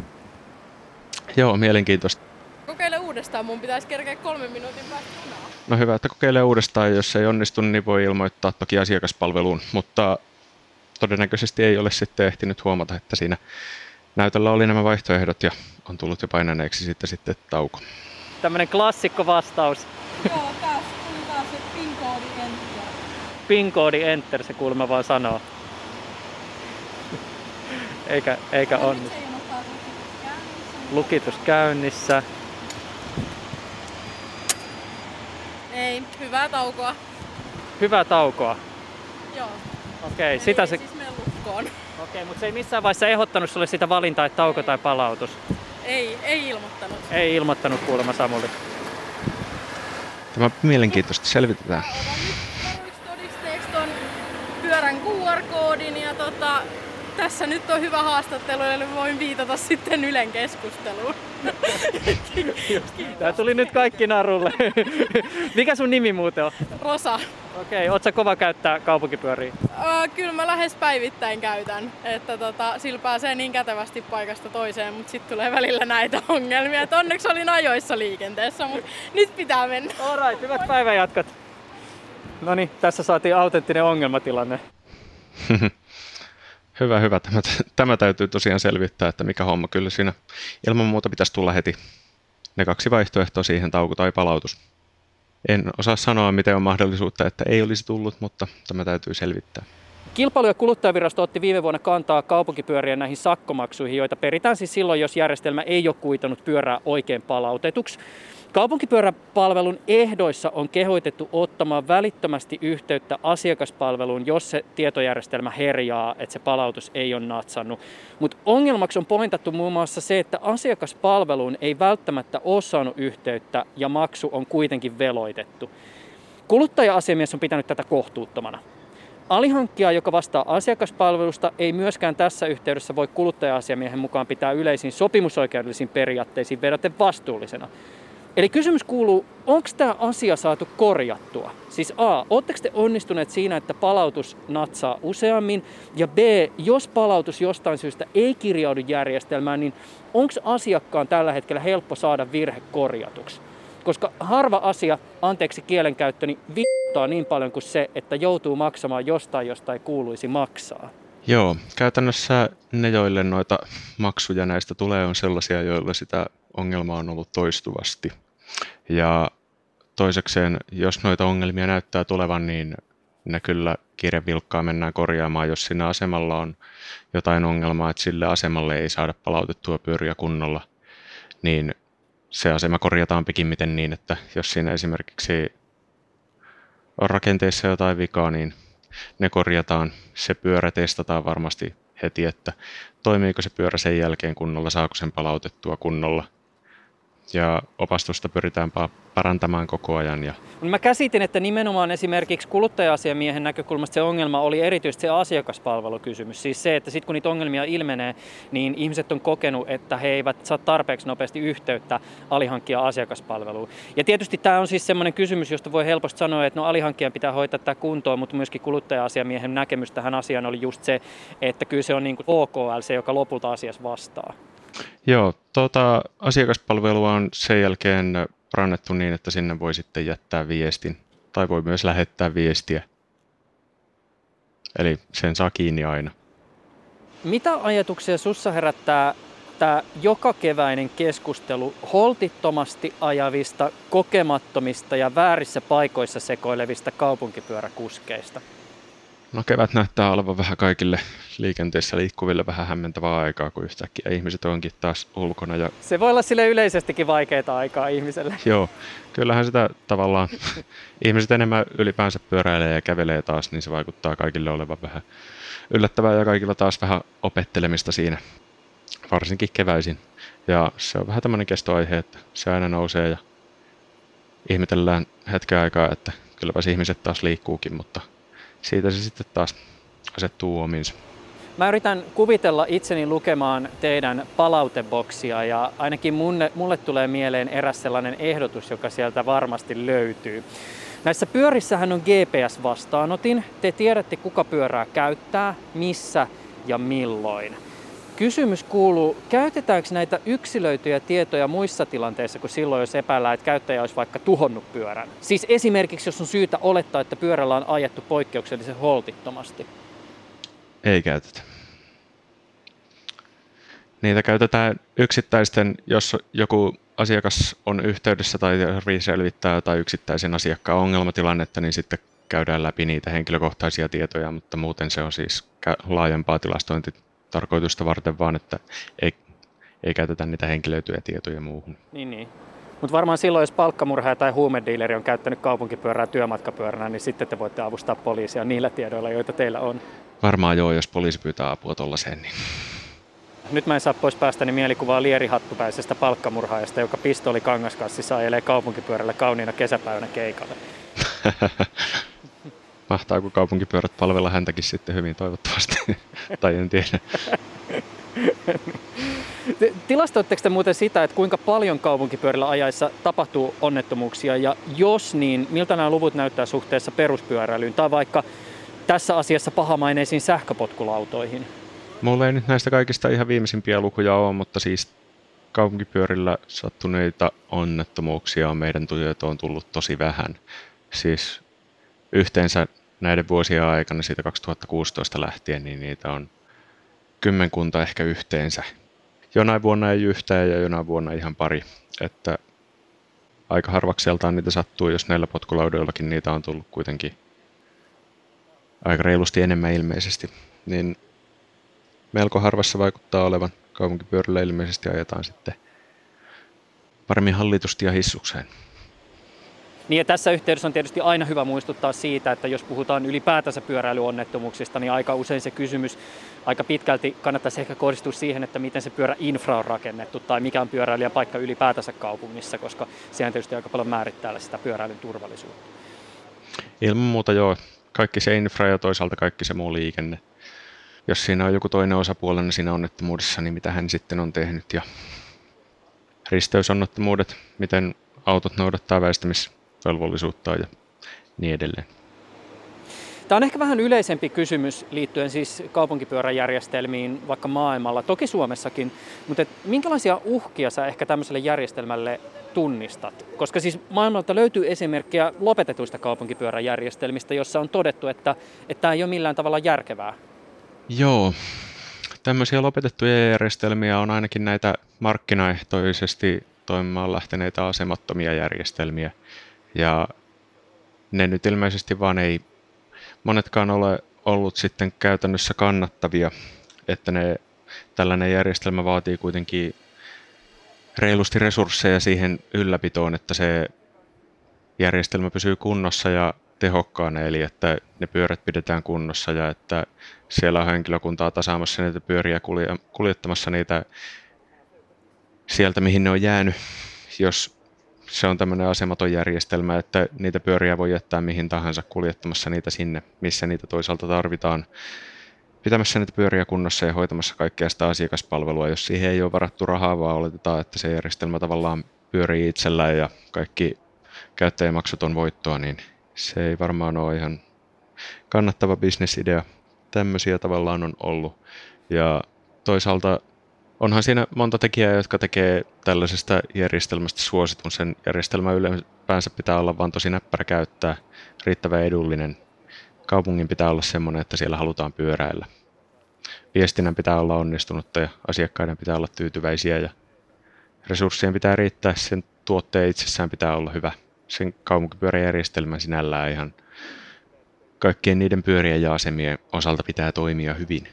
Joo, mielenkiintoista. Kokeile uudestaan. Mun pitäisi kerkeä kolmen minuutin päästä junaa. No hyvä, että kokeilee uudestaan. Jos ei onnistu, niin voi ilmoittaa toki asiakaspalveluun. Mutta todennäköisesti ei ole sitten ehtinyt huomata, että siinä näytöllä oli nämä vaihtoehdot ja on tullut jo painaneeksi sitten, sitten tauko. Tämmönen klassikko vastaus. Joo, taas tuli taas se PIN-koodi enter. PIN-koodi enter, se kuulemma vaan sanoo. Eikä, eikä onnistu. Lukitus käynnissä. Ei, hyvää taukoa. Hyvää taukoa. Joo. Okei, Eli sitä se... siis mene lukkoon. Okei, mutta se ei missään vaiheessa ehdottanut sulle sitä valintaa, että tauko tai palautus. Ei, ei ilmoittanut. Ei ilmoittanut kuulemma Samuli. Tämä on mielenkiintoista, selvitetään. Otan nyt varuiksi todisteeksi ton pyörän Q R-koodin ja tota, tässä nyt on hyvä haastattelu, eli voin viitata sitten Ylen keskusteluun. Tää tuli nyt kaikki narulle. Mikä sun nimi muuten on? Rosa. Okei, oot sä kova käyttää kaupunkipyöriä? Öö, kyllä mä lähes päivittäin käytän, että tota, sillä pääsee niin kätevästi paikasta toiseen, mutta sitten tulee välillä näitä ongelmia. Et onneksi olin ajoissa liikenteessä, mutta nyt pitää mennä. Alright, hyvät päivänjatkot. Noniin, tässä saatiin autenttinen ongelmatilanne. Hyvä, hyvä. Tämä, tämä täytyy tosiaan selvittää, että mikä homma. Kyllä siinä ilman muuta pitäisi tulla heti ne kaksi vaihtoehtoa siihen, tauko tai palautus. En osaa sanoa, miten on mahdollisuutta, että ei olisi tullut, mutta tämä täytyy selvittää. Kilpailu- ja kuluttajavirasto otti viime vuonna kantaa kaupunkipyörien näihin sakkomaksuihin, joita peritään siis silloin, jos järjestelmä ei ole kuitannut pyörää oikein palautetuksi. Kaupunkipyöräpalvelun ehdoissa on kehoitettu ottamaan välittömästi yhteyttä asiakaspalveluun, jos se tietojärjestelmä herjaa, että se palautus ei ole natsannut. Mutta ongelmaksi on pointattu muun muassa se, että asiakaspalveluun ei välttämättä ole saanut yhteyttä ja maksu on kuitenkin veloitettu. Kuluttaja-asiamies on pitänyt tätä kohtuuttomana. Alihankkija, joka vastaa asiakaspalvelusta, ei myöskään tässä yhteydessä voi kuluttaja-asiamiehen mukaan pitää yleisiin sopimusoikeudellisiin periaatteisiin vedoten vastuullisena. Eli kysymys kuuluu, onko tämä asia saatu korjattua? Siis A, ootteko te onnistuneet siinä, että palautus natsaa useammin? Ja B, jos palautus jostain syystä ei kirjaudu järjestelmään, niin onko asiakkaan tällä hetkellä helppo saada virhe korjatuksi? Koska harva asia, anteeksi kielenkäyttöni, vituttaa niin paljon kuin se, että joutuu maksamaan jostain, josta ei kuuluisi maksaa. Joo, käytännössä ne, joille noita maksuja näistä tulee, on sellaisia, joilla sitä ongelmaa on ollut toistuvasti. Ja toisekseen, jos noita ongelmia näyttää tulevan, niin ne kyllä kiirevilkkaa mennään korjaamaan, jos siinä asemalla on jotain ongelmaa, että sille asemalle ei saada palautettua pyöriä kunnolla, niin se asema korjataan pikimmiten niin, että jos siinä esimerkiksi on rakenteissa jotain vikaa, niin ne korjataan. Se pyörä testataan varmasti heti, että toimiiko se pyörä sen jälkeen kunnolla, saako sen palautettua kunnolla. Ja opastusta pyritään parantamaan koko ajan. Ja Mä käsitin, että nimenomaan esimerkiksi kuluttaja-asiamiehen näkökulmasta se ongelma oli erityisesti se asiakaspalvelukysymys. Siis se, että sitten kun niitä ongelmia ilmenee, niin ihmiset on kokenut, että he eivät saa tarpeeksi nopeasti yhteyttä alihankkija asiakaspalveluun. Ja tietysti tämä on siis semmoinen kysymys, josta voi helposti sanoa, että no alihankkijan pitää hoitaa tämä kuntoon, mutta myöskin kuluttaja-asiamiehen näkemys tähän asiaan oli just se, että kyllä se on niin kuin O K L se, joka lopulta asiassa vastaa. Joo, tuota, asiakaspalvelua on sen jälkeen parannettu niin, että sinne voi sitten jättää viestin tai voi myös lähettää viestiä. Eli sen saa kiinni aina. Mitä ajatuksia sussa herättää tämä joka keväinen keskustelu holtittomasti ajavista, kokemattomista ja väärissä paikoissa sekoilevista kaupunkipyöräkuskeista? No kevät näyttää olevan vähän kaikille liikenteessä liikkuville vähän hämmentävää aikaa, kun yhtäkkiä ihmiset onkin taas ulkona. Ja Se voi olla sille yleisestikin vaikeaa aikaa ihmiselle. joo, kyllähän sitä tavallaan ihmiset enemmän ylipäänsä pyöräilee ja kävelee taas, niin se vaikuttaa kaikille olevan vähän yllättävää ja kaikilla taas vähän opettelemista siinä, varsinkin keväisin. Ja se on vähän tämmöinen kestoaihe, että se aina nousee ja ihmetellään hetken aikaa, että kylläpäs ihmiset taas liikkuukin, mutta siitä se sitten taas asettuu omiinsa. Mä yritän kuvitella itseni lukemaan teidän palauteboksia ja ainakin mulle, mulle tulee mieleen eräs sellainen ehdotus, joka sieltä varmasti löytyy. Näissä pyörissähän on G P S-vastaanotin. Te tiedätte, kuka pyörää käyttää, missä ja milloin. Kysymys kuuluu, käytetäänkö näitä yksilöityjä tietoja muissa tilanteissa kuin silloin, jos epäillään, että käyttäjä olisi vaikka tuhonnut pyörän? Siis esimerkiksi, jos on syytä olettaa, että pyörällä on ajettu poikkeuksellisen holtittomasti. Ei käytetä. Niitä käytetään yksittäisten, jos joku asiakas on yhteydessä tai tarvitsee selvittää jotain yksittäisen asiakkaan ongelmatilannetta, niin sitten käydään läpi niitä henkilökohtaisia tietoja, mutta muuten se on siis laajempaa tilastointitarkoitusta varten vaan, että ei, ei käytetä niitä henkilöityjä tietoja muuhun. Niin, niin. Mutta varmaan silloin, jos palkkamurhaaja tai huumediileri on käyttänyt kaupunkipyörää työmatkapyöränä, niin sitten te voitte avustaa poliisia niillä tiedoilla, joita teillä on. Varmaan joo, jos poliisi pyytää apua tollaiseen. Niin. Nyt mä en saa pois päästäni mielikuvaa lierihattupäisestä palkkamurhaajasta, joka pistooli kangaskassissa ajelee kaupunkipyörällä kauniina kesäpäivänä keikalle. Mahtaako kaupunkipyörät palvella häntäkin sitten hyvin toivottavasti, tai en tiedä. Tilastoitteko te muuten sitä, että kuinka paljon kaupunkipyörillä ajaessa tapahtuu onnettomuuksia, ja jos niin, miltä nämä luvut näyttää suhteessa peruspyöräilyyn, tai vaikka tässä asiassa pahamaineisiin sähköpotkulautoihin? Mulla ei nyt näistä kaikista ihan viimeisimpiä lukuja ole, mutta siis kaupunkipyörillä sattuneita onnettomuuksia on meidän tietoon tullut tosi vähän. Siis yhteensä näiden vuosien aikana, siitä kaksituhattakuusitoista lähtien, niin niitä on kymmenkunta ehkä yhteensä. Jonain vuonna ei yhtään ja jonain vuonna ihan pari. Että aika harvakseltaan niitä sattuu, jos näillä potkulaudoillakin niitä on tullut kuitenkin aika reilusti enemmän ilmeisesti. Niin melko harvassa vaikuttaa olevan. Kaupunkipyörillä ilmeisesti ajetaan sitten paremmin hallitusti ja hissukseen. Niin ja tässä yhteydessä on tietysti aina hyvä muistuttaa siitä, että jos puhutaan ylipäätänsä pyöräilyonnettomuuksista, niin aika usein se kysymys aika pitkälti kannattaisi ehkä kohdistua siihen, että miten se pyöräinfra on rakennettu tai mikä on pyöräilijän paikka ylipäätänsä kaupungissa, koska sehän tietysti aika paljon määrittää sitä pyöräilyn turvallisuutta. Ilman muuta joo. Kaikki se infra ja toisaalta kaikki se muu liikenne. Jos siinä on joku toinen osapuolena siinä onnettomuudessa, niin mitä hän sitten on tehnyt. Ja risteysonnettomuudet, miten autot noudattaa väistämisvelvollisuutta ja niin edelleen. Tämä on ehkä vähän yleisempi kysymys liittyen siis kaupunkipyöräjärjestelmiin vaikka maailmalla, toki Suomessakin, mutta minkälaisia uhkia sä ehkä tämmöiselle järjestelmälle tunnistat? Koska siis maailmalta löytyy esimerkkejä lopetetuista kaupunkipyöräjärjestelmistä, jossa on todettu, että, että tämä ei ole millään tavalla järkevää. Joo, tämmöisiä lopetettuja järjestelmiä on ainakin näitä markkinaehtoisesti toimimaan lähteneitä asemattomia järjestelmiä. Ja ne nyt ilmeisesti vaan ei monetkaan ole ollut sitten käytännössä kannattavia, että ne, tällainen järjestelmä vaatii kuitenkin reilusti resursseja siihen ylläpitoon, että se järjestelmä pysyy kunnossa ja tehokkaana, eli että ne pyörät pidetään kunnossa ja että siellä on henkilökuntaa tasaamassa niitä pyöriä, kuljettamassa niitä sieltä, mihin ne on jäänyt, jos se on tämmöinen asematon järjestelmä, että niitä pyöriä voi jättää mihin tahansa kuljettamassa niitä sinne, missä niitä toisaalta tarvitaan, pitämässä niitä pyöriä kunnossa ja hoitamassa kaikkea sitä asiakaspalvelua. Jos siihen ei ole varattu rahaa, vaan oletetaan, että se järjestelmä tavallaan pyörii itsellään ja kaikki käyttäjämaksut on voittoa, niin se ei varmaan ole ihan kannattava bisnesidea. Tämmöisiä tavallaan on ollut. Ja toisaalta onhan siinä monta tekijää, jotka tekee tällaisesta järjestelmästä suositun. Sen järjestelmän ylipäänsä pitää olla vaan tosi näppärä käyttää, riittävän edullinen. Kaupungin pitää olla semmoinen, että siellä halutaan pyöräillä. Viestinnän pitää olla onnistunutta ja asiakkaiden pitää olla tyytyväisiä ja resurssien pitää riittää, sen tuotteen itsessään pitää olla hyvä. Sen kaupunkipyöräjärjestelmän sinällään ihan kaikkien niiden pyörien ja asemien osalta pitää toimia hyvin.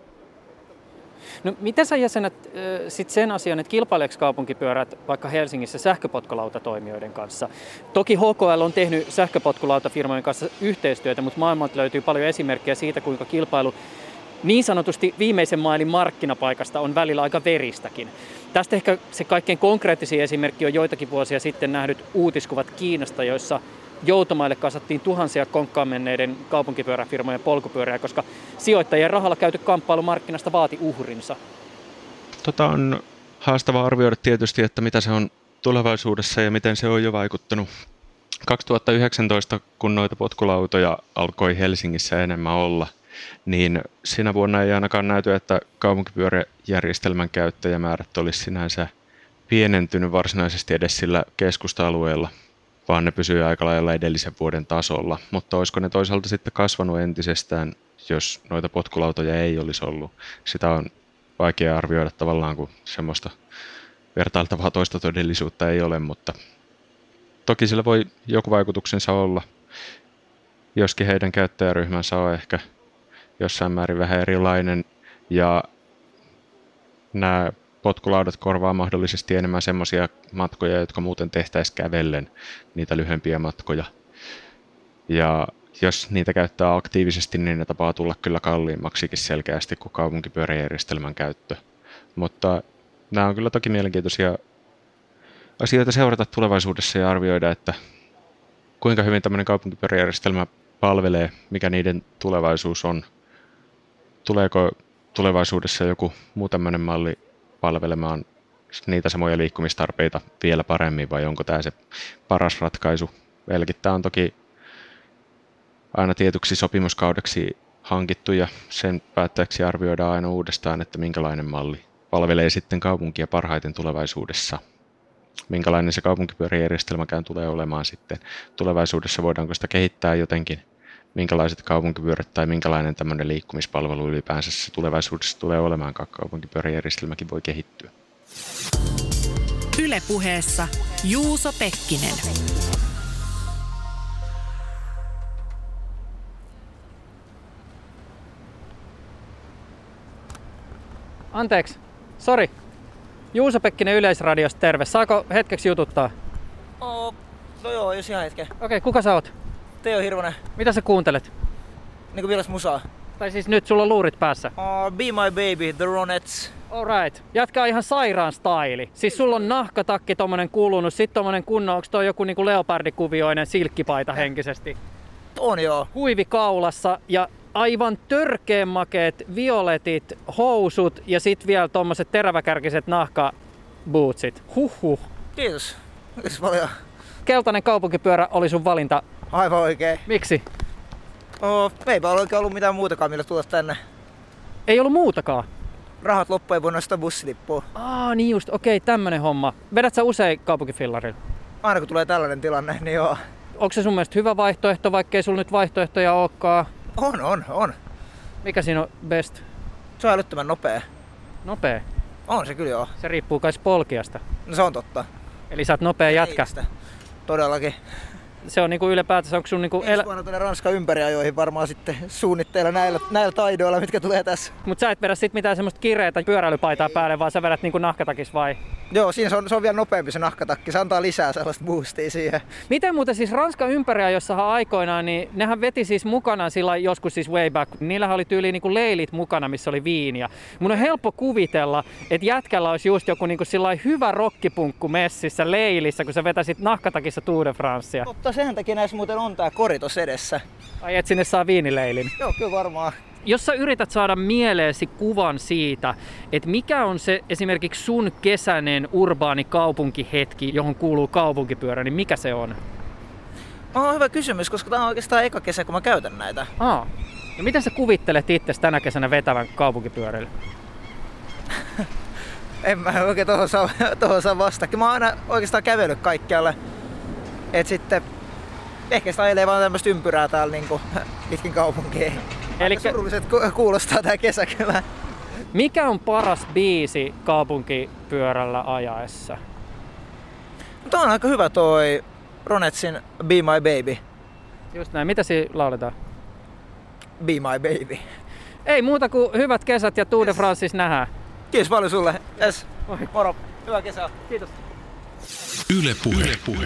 No miten sä jäsenet äh, sit sen asian, että kilpaileeko kaupunkipyörät vaikka Helsingissä sähköpotkulautatoimijoiden kanssa? Toki H K L on tehnyt sähköpotkulautafirmojen kanssa yhteistyötä, mutta maailmalta löytyy paljon esimerkkejä siitä, kuinka kilpailu niin sanotusti viimeisen mailin markkinapaikasta on välillä aika veristäkin. Tästä ehkä se kaikkein konkreettisin esimerkki on joitakin vuosia sitten nähdyt uutiskuvat Kiinasta, joissa joutomaille kasattiin tuhansia konkkaan menneiden kaupunkipyöräfirmojen polkupyöriä, koska sijoittajien rahalla käyty kamppailu markkinasta vaati uhrinsa. Tota on haastava arvioida tietysti, että mitä se on tulevaisuudessa ja miten se on jo vaikuttanut. kaksituhattayhdeksäntoista, kun noita potkulautoja alkoi Helsingissä enemmän olla, niin siinä vuonna ei ainakaan näyty, että kaupunkipyöräjärjestelmän käyttäjämäärät olisi sinänsä pienentynyt varsinaisesti edes sillä keskusta-alueella, vaan ne pysyy aika lailla edellisen vuoden tasolla. Mutta olisiko ne toisaalta sitten kasvanut entisestään, jos noita potkulautoja ei olisi ollut? Sitä on vaikea arvioida tavallaan, kun semmoista vertailtavaa toista todellisuutta ei ole, mutta toki sillä voi joku vaikutuksensa olla, joskin heidän käyttäjäryhmänsä on ehkä jossain määrin vähän erilainen ja nämä potkulaudat korvaa mahdollisesti enemmän semmoisia matkoja, jotka muuten tehtäisiin kävellen, niitä lyhyempiä matkoja. Ja jos niitä käyttää aktiivisesti, niin ne tapaa tulla kyllä kalliimmaksikin selkeästi kuin kaupunkipyöräjärjestelmän käyttö. Mutta nämä on kyllä toki mielenkiintoisia asioita seurata tulevaisuudessa ja arvioida, että kuinka hyvin tämmöinen kaupunkipyöräjärjestelmä palvelee, mikä niiden tulevaisuus on. Tuleeko tulevaisuudessa joku muu tämmöinen malli palvelemaan niitä samoja liikkumistarpeita vielä paremmin, vai onko tämä se paras ratkaisu? Velkittää on toki aina tietyksi sopimuskaudeksi hankittu ja sen päätteeksi arvioidaan aina uudestaan, että minkälainen malli palvelee sitten kaupunkia parhaiten tulevaisuudessa. Minkälainen se kaupunkipyöräjärjestelmäkään tulee olemaan sitten tulevaisuudessa, voidaanko sitä kehittää jotenkin, minkälaiset kaupunkipyörät tai minkälainen tämmöinen liikkumispalvelu ylipäänsä se tulevaisuudessa tulee olemaan, kaupunkipyöräjärjestelmäkin voi kehittyä. Yle Puheessa Juuso Pekkinen. Anteeksi, sori. Juuso Pekkinen Yleisradiosta, terve. Saako hetkeksi jututtaa? Oh, no joo, jos ihan hetken. Okei, okay, kuka sä oot? Teo Hirvonen. Mitä sä kuuntelet? Niinku millaista musaa? Tai siis nyt sulla on luurit päässä. Oh, Be My Baby, The Ronettes. Alright. Jatkaa ihan sairaan staili. Siis sulla on nahkatakki tommonen kulunut, sit tommonen kunnon, onks toi joku niinku leopardikuvioinen silkkipaita henkisesti? On joo. Huivi kaulassa ja aivan törkeen makeet violetit, housut ja sit vielä tommoset teräväkärkiset nahkabootsit. Huhhuh. Kiitos. Kiitos paljon. Keltainen kaupunkipyörä oli sun valinta. Aivan oikein. Miksi? Oh, eipä ole oikein ollut mitään muutakaan, millä tulla tänne. Ei ollut muutakaan? Rahat loppu, ei voi nostaa bussilippua. Aa, niin just. Okei, tämmönen homma. Vedät sä usein kaupunkifillarilla? Aina kun tulee tällainen tilanne, niin joo. Onko se sun mielestä hyvä vaihtoehto, vaikkei sulla nyt vaihtoehtoja olekaan? On, on, on. Mikä siinä on best? Se on älyttömän nopea. Nopea? On se kyllä joo. Se riippuu kai polkiasta. No se on totta. Eli sä oot nopea jätkä. Eilistä. Todellakin. se on niinku ylipäätänsä, onko sun niinku... Ensi vuonna tuonne Ranskan ympäriajoihin varmaan sitten suunnitteilla näillä, näillä taidoilla, mitkä tulee tässä. Mut sä et vedä sit mitään semmoista kireitä pyöräilypaitaa päälle, vaan sä vedät niinku nahkatakis vai? Joo, siinä se on, se on vielä nopeampi se nahkatakki, se antaa lisää sellaista boostia siihen. Miten muuten siis Ranskan ympäriajossahan aikoinaan, niin nehän veti siis mukanaan sillä joskus siis way back, niillähän oli tyyliin niinku leilit mukana, missä oli viiniä. Mun on helppo kuvitella, että jätkällä olisi just joku niinku sillai hyvä rokkipunkku messissä leilissä, kun sä vetäisit nahkatakissa Tour de Francea. Mutta sehän takia näissä muuten on tää kori tossa edessä. Ai et sinne saa viinileilin? Joo, kyllä varmaan. Jos sä yrität saada mieleesi kuvan siitä, että mikä on se esimerkiksi sun kesäinen urbaani kaupunkihetki, johon kuuluu kaupunkipyörä, niin mikä se on? Oh, hyvä kysymys, koska tää on oikeastaan eka kesä, kun mä käytän näitä. Aa. Ja miten sä kuvittelet itse tänä kesänä vetävän kaupunkipyörällä? En mä oikein tohon saa, tohon saa vastaakin. Mä oon aina oikeastaan kävellyt kaikkialle. Et sitten ehkä sitä ajelee vaan tämmöstä ympyrää täällä niinku pitkin kaupunkiin. Elikkä... surulliset kuulostaa tää kesä kyllä. Mikä on paras biisi kaupunkipyörällä ajaessa? Tuo on aika hyvä toi Ronetsin Be My Baby. Just näin. Mitä siinä lauletaan? Be My Baby. Ei muuta kuin hyvät kesät ja Tour de Franceissa nähdään. Kiitos paljon sulle. Yes. Moro. Hyvää kesää. Kiitos. Yle Puhe. Yle Puhe.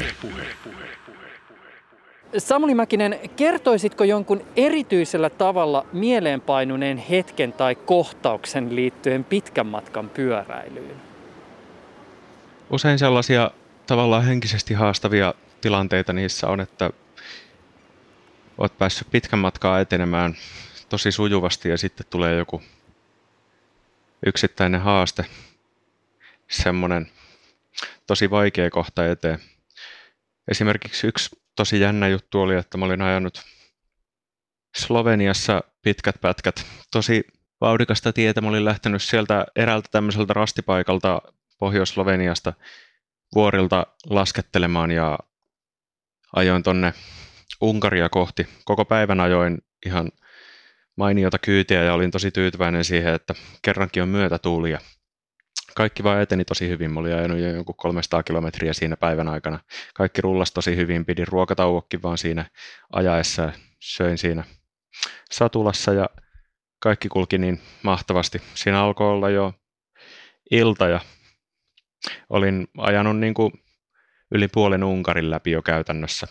Samuli Mäkinen, kertoisitko jonkun erityisellä tavalla mieleenpainuneen hetken tai kohtauksen liittyen pitkän matkan pyöräilyyn? Usein sellaisia tavallaan henkisesti haastavia tilanteita niissä on, että olet päässyt pitkän matkaa etenemään tosi sujuvasti ja sitten tulee joku yksittäinen haaste, semmoinen tosi vaikea kohta eteen. Esimerkiksi yksi tosi jännä juttu oli, että mä olin ajanut Sloveniassa pitkät pätkät, tosi vauhdikasta tietä. Mä olin lähtenyt sieltä eräältä tämmöiseltä rastipaikalta Pohjois-Sloveniasta vuorilta laskettelemaan ja ajoin tonne Unkaria kohti. Koko päivän ajoin ihan mainiota kyytiä ja olin tosi tyytyväinen siihen, että kerrankin on myötätuuli ja kaikki vaan eteni tosi hyvin. Mä olin ajanut jo joku kolmesataa kilometriä siinä päivän aikana. Kaikki rullasi tosi hyvin, pidin ruokatauokin vaan siinä ajaessa ja söin siinä satulassa ja kaikki kulki niin mahtavasti. Siinä alkoi olla jo ilta ja olin ajanut niin kuin yli puolen Unkarin läpi jo käytännössä.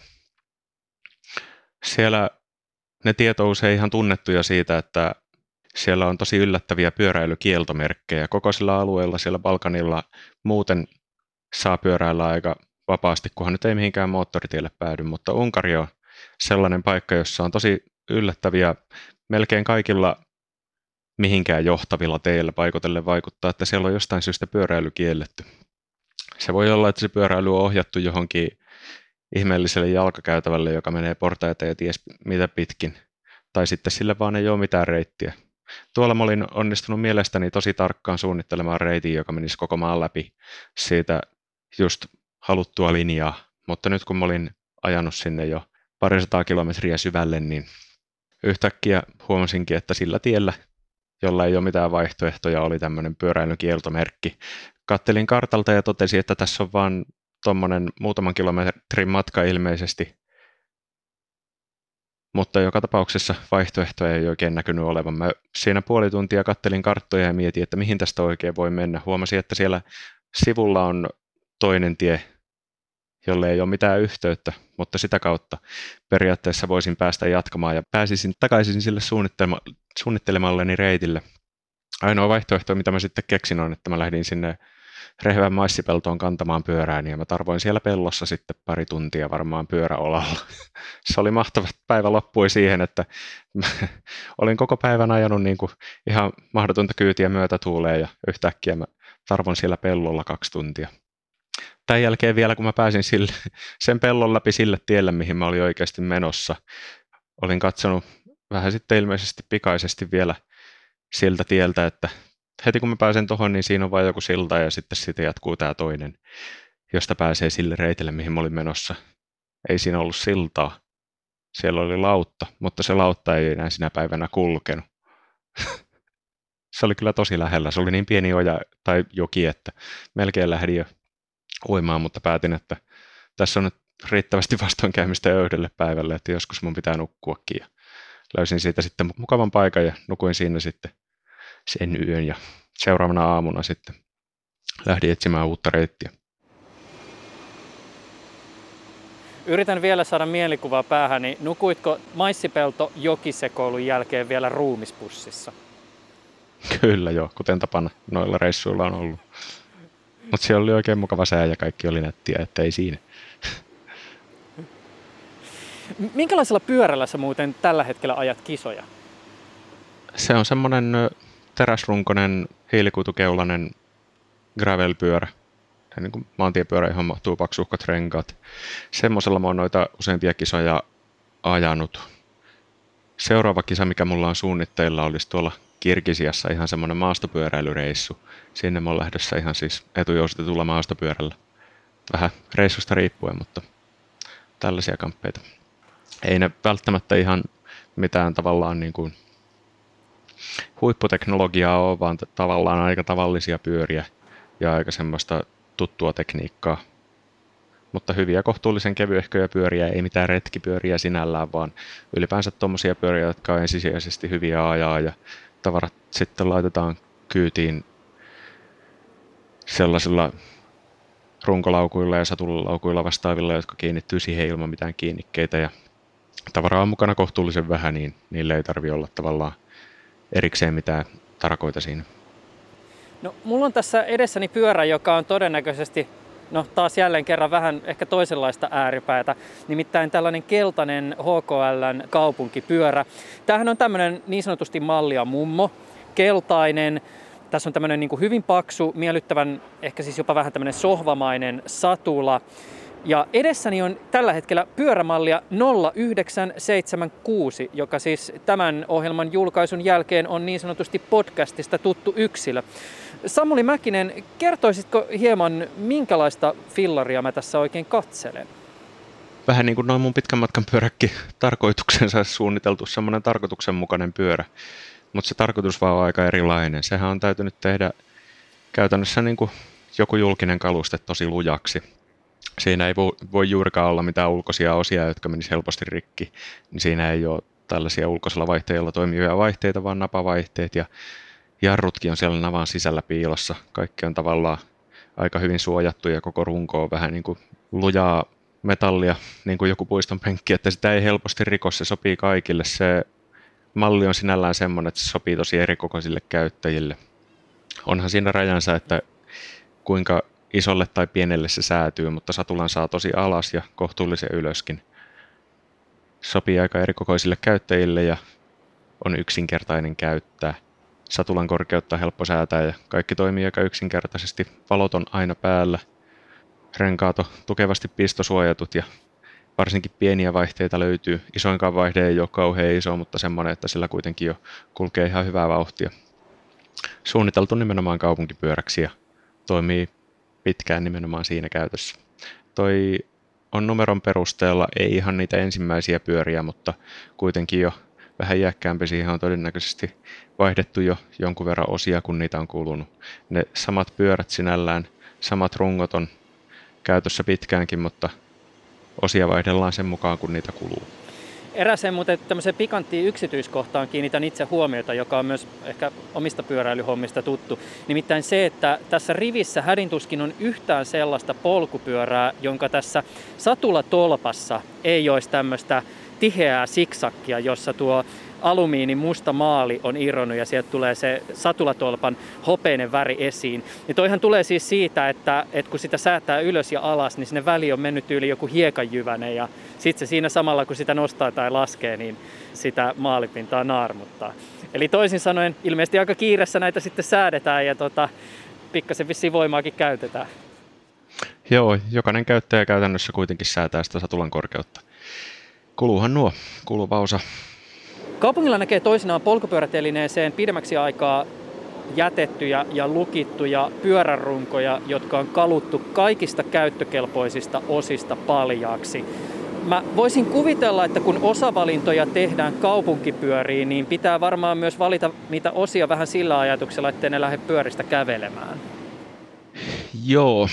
Siellä ne tiet on usein ihan tunnettuja siitä, että siellä on tosi yllättäviä pyöräilykieltomerkkejä. Koko sillä alueella siellä Balkanilla muuten saa pyöräillä aika vapaasti, kunhan nyt ei mihinkään moottoritielle päädy, mutta Unkari on sellainen paikka, jossa on tosi yllättäviä melkein kaikilla mihinkään johtavilla teillä paikotelle vaikuttaa, että siellä on jostain syystä pyöräily kielletty. Se voi olla, että se pyöräily on ohjattu johonkin ihmeelliselle jalkakäytävälle, joka menee portaita ja ties mitä pitkin, tai sitten sille vaan ei ole mitään reittiä. Tuolla mä olin onnistunut mielestäni tosi tarkkaan suunnittelemaan reitin, joka menisi koko maan läpi siitä just haluttua linjaa, mutta nyt kun mä olin ajanut sinne jo parisataa kilometriä syvälle, niin yhtäkkiä huomasinkin, että sillä tiellä, jolla ei ole mitään vaihtoehtoja, oli tämmöinen pyöräilykieltomerkki. Kattelin kartalta ja totesin, että tässä on vaan tuommoinen muutaman kilometrin matka ilmeisesti, mutta joka tapauksessa vaihtoehtoja ei oikein näkynyt olevan. Mä siinä puoli tuntia kattelin karttoja ja mietin, että mihin tästä oikein voi mennä. Huomasin, että siellä sivulla on toinen tie, jolle ei ole mitään yhteyttä, mutta sitä kautta periaatteessa voisin päästä jatkamaan ja pääsisin takaisin sille suunnittelema- suunnittelemalleni reitille. Ainoa vaihtoehto, mitä mä sitten keksin, on, että mä lähdin sinne rehevän maissipeltoon kantamaan pyörääni ja mä tarvoin siellä pellossa sitten pari tuntia varmaan pyöräolalla. Se oli mahtava päivä, loppui siihen, että mä olin koko päivän ajanut niin kuin ihan mahdotonta kyytiä myötätuuleen ja yhtäkkiä mä tarvon siellä pellolla kaksi tuntia. Tämän jälkeen vielä, kun mä pääsin sille, sen pellon läpi sille tielle, mihin mä olin oikeasti menossa, olin katsonut vähän sitten ilmeisesti pikaisesti vielä siltä tieltä, että heti kun mä pääsen tuohon, niin siinä on vain joku silta ja sitten siitä jatkuu tämä toinen, josta pääsee sille reitille, mihin mä olin menossa. Ei siinä ollut siltaa. Siellä oli lautta, mutta se lautta ei enää sinä päivänä kulkenut. Se oli kyllä tosi lähellä. Se oli niin pieni oja tai joki, että melkein lähdin jo uimaan, mutta päätin, että tässä on nyt riittävästi vastoinkäymistä jo yhdelle päivälle, että joskus mun pitää nukkuakin. Ja löysin siitä sitten mukavan paikan ja nukuin siinä sitten sen yön ja seuraavana aamuna sitten lähdin etsimään uutta reittiä. Yritän vielä saada mielikuvaa päähäni. Nukuitko maissipelto jokisekoilun jälkeen vielä ruumispussissa? Kyllä joo, kuten tapana noilla reissuilla on ollut. Mutta siellä oli oikein mukava sää ja kaikki oli nättiä, että ei siinä. Minkälaisella pyörällä sä muuten tällä hetkellä ajat kisoja? Se on semmoinen teräsrunkoinen, hiilikuitukeulainen gravel-pyörä. Niin kuin maantiepyörä, johon mahtuu paksuhkat renkaat. Semmoisella mä oon noita useampia kisoja ajanut. Seuraava kisa, mikä mulla on suunnitteilla, olisi tuolla Kirgisiassa ihan semmoinen maastopyöräilyreissu. Sinne mä oon lähdössä ihan siis etujoustetulla maastopyörällä. Vähän reissusta riippuen, mutta tällaisia kamppeita. Ei ne välttämättä ihan mitään tavallaan niin kuin huipputeknologiaa ole, vaan tavallaan aika tavallisia pyöriä ja aika semmoista tuttua tekniikkaa. Mutta hyviä kohtuullisen kevyehköjä pyöriä, ei mitään retkipyöriä sinällään, vaan ylipäänsä tuommoisia pyöriä, jotka on ensisijaisesti hyviä ajaa ja tavarat sitten laitetaan kyytiin sellaisilla runkolaukuilla ja satulaukuilla vastaavilla, jotka kiinnittyy siihen ilman mitään kiinnikkeitä ja tavaraa on mukana kohtuullisen vähän, niin niille ei tarvitse olla tavallaan erikseen mitään tarkoita siinä. No, mulla on tässä edessäni pyörä, joka on todennäköisesti, no taas jälleen kerran vähän ehkä toisenlaista ääripäätä, nimittäin tällainen keltainen H K L:n kaupunkipyörä. Tämähän on tämmöinen niin sanotusti mallia mummo, keltainen. Tässä on tämmöinen niin kuin hyvin paksu, miellyttävän, ehkä siis jopa vähän tämmöinen sohvamainen satula. Ja edessäni on tällä hetkellä pyörämallia nolla yhdeksän seitsemän kuusi, joka siis tämän ohjelman julkaisun jälkeen on niin sanotusti podcastista tuttu yksilö. Samuli Mäkinen, kertoisitko hieman, minkälaista fillaria mä tässä oikein katselen? Vähän niin kuin noin mun pitkän matkan pyöräkki tarkoituksensa suunniteltu, semmoinen tarkoituksenmukainen pyörä. Mutta se tarkoitus vaan on aika erilainen. Sehän on täytynyt tehdä käytännössä niin kuin joku julkinen kaluste tosi lujaksi. Siinä ei voi juurikaan olla mitään ulkoisia osia, jotka menisivät helposti rikki. Siinä ei ole tällaisia ulkoisella vaihteilla toimivia vaihteita, vaan napavaihteet ja jarrutkin on siellä navan sisällä piilossa. Kaikki on tavallaan aika hyvin suojattu ja koko runko on vähän niin kuin lujaa metallia, niin kuin joku puiston penkki, että sitä ei helposti riko, se sopii kaikille. Se malli on sinällään semmoinen, että se sopii tosi erikokoisille käyttäjille. Onhan siinä rajansa, että kuinka isolle tai pienelle se säätyy, mutta satulan saa tosi alas ja kohtuullisen ylöskin. Sopii aika erikokoisille käyttäjille ja on yksinkertainen käyttää. Satulan korkeutta on helppo säätää ja kaikki toimii aika yksinkertaisesti. Valot on aina päällä. Renkaat on tukevasti pistosuojatut ja varsinkin pieniä vaihteita löytyy. Isoinkaan vaihde ei ole kauhean iso, mutta semmoinen, että sillä kuitenkin jo kulkee ihan hyvää vauhtia. Suunniteltu nimenomaan kaupunkipyöräksi ja toimii pitkään nimenomaan siinä käytössä. Toi on numeron perusteella ei ihan niitä ensimmäisiä pyöriä, mutta kuitenkin jo vähän iäkkäämpi. Siihen on todennäköisesti vaihdettu jo jonkun verran osia, kun niitä on kulunut. Ne samat pyörät sinällään, samat rungot on käytössä pitkäänkin, mutta osia vaihdellaan sen mukaan, kun niitä kuluu. Eräseen muuten tämmöiseen pikanttiin yksityiskohtaan kiinnitän itse huomiota, joka on myös ehkä omista pyöräilyhommista tuttu. Nimittäin se, että tässä rivissä hädintuskin on yhtään sellaista polkupyörää, jonka tässä satulatolpassa ei olisi tämmöistä tiheää siksakkia, jossa tuo alumiinin musta maali on irronnut ja sieltä tulee se satulatolpan hopeinen väri esiin. Ja toihan tulee siis siitä, että, että kun sitä säätää ylös ja alas, niin sinne väliin on mennyt yli joku hiekanjyvänen ja sitten se siinä samalla kun sitä nostaa tai laskee, niin sitä maalipintaa naarmuttaa. Eli toisin sanoen ilmeisesti aika kiireessä näitä sitten säädetään ja tota, pikkasen vissiin voimaakin käytetään. Joo, jokainen käyttäjä käytännössä kuitenkin säätää sitä satulan korkeutta. Kuluuhan nuo, kuluva osa. Kaupungilla näkee toisinaan polkupyörätelineeseen pidemmäksi aikaa jätettyjä ja lukittuja pyörärunkoja, jotka on kaluttu kaikista käyttökelpoisista osista paljaaksi. Mä voisin kuvitella, että kun osavalintoja tehdään kaupunkipyöriin, niin pitää varmaan myös valita niitä osia vähän sillä ajatuksella, ettei ne lähde pyöristä kävelemään. Joo,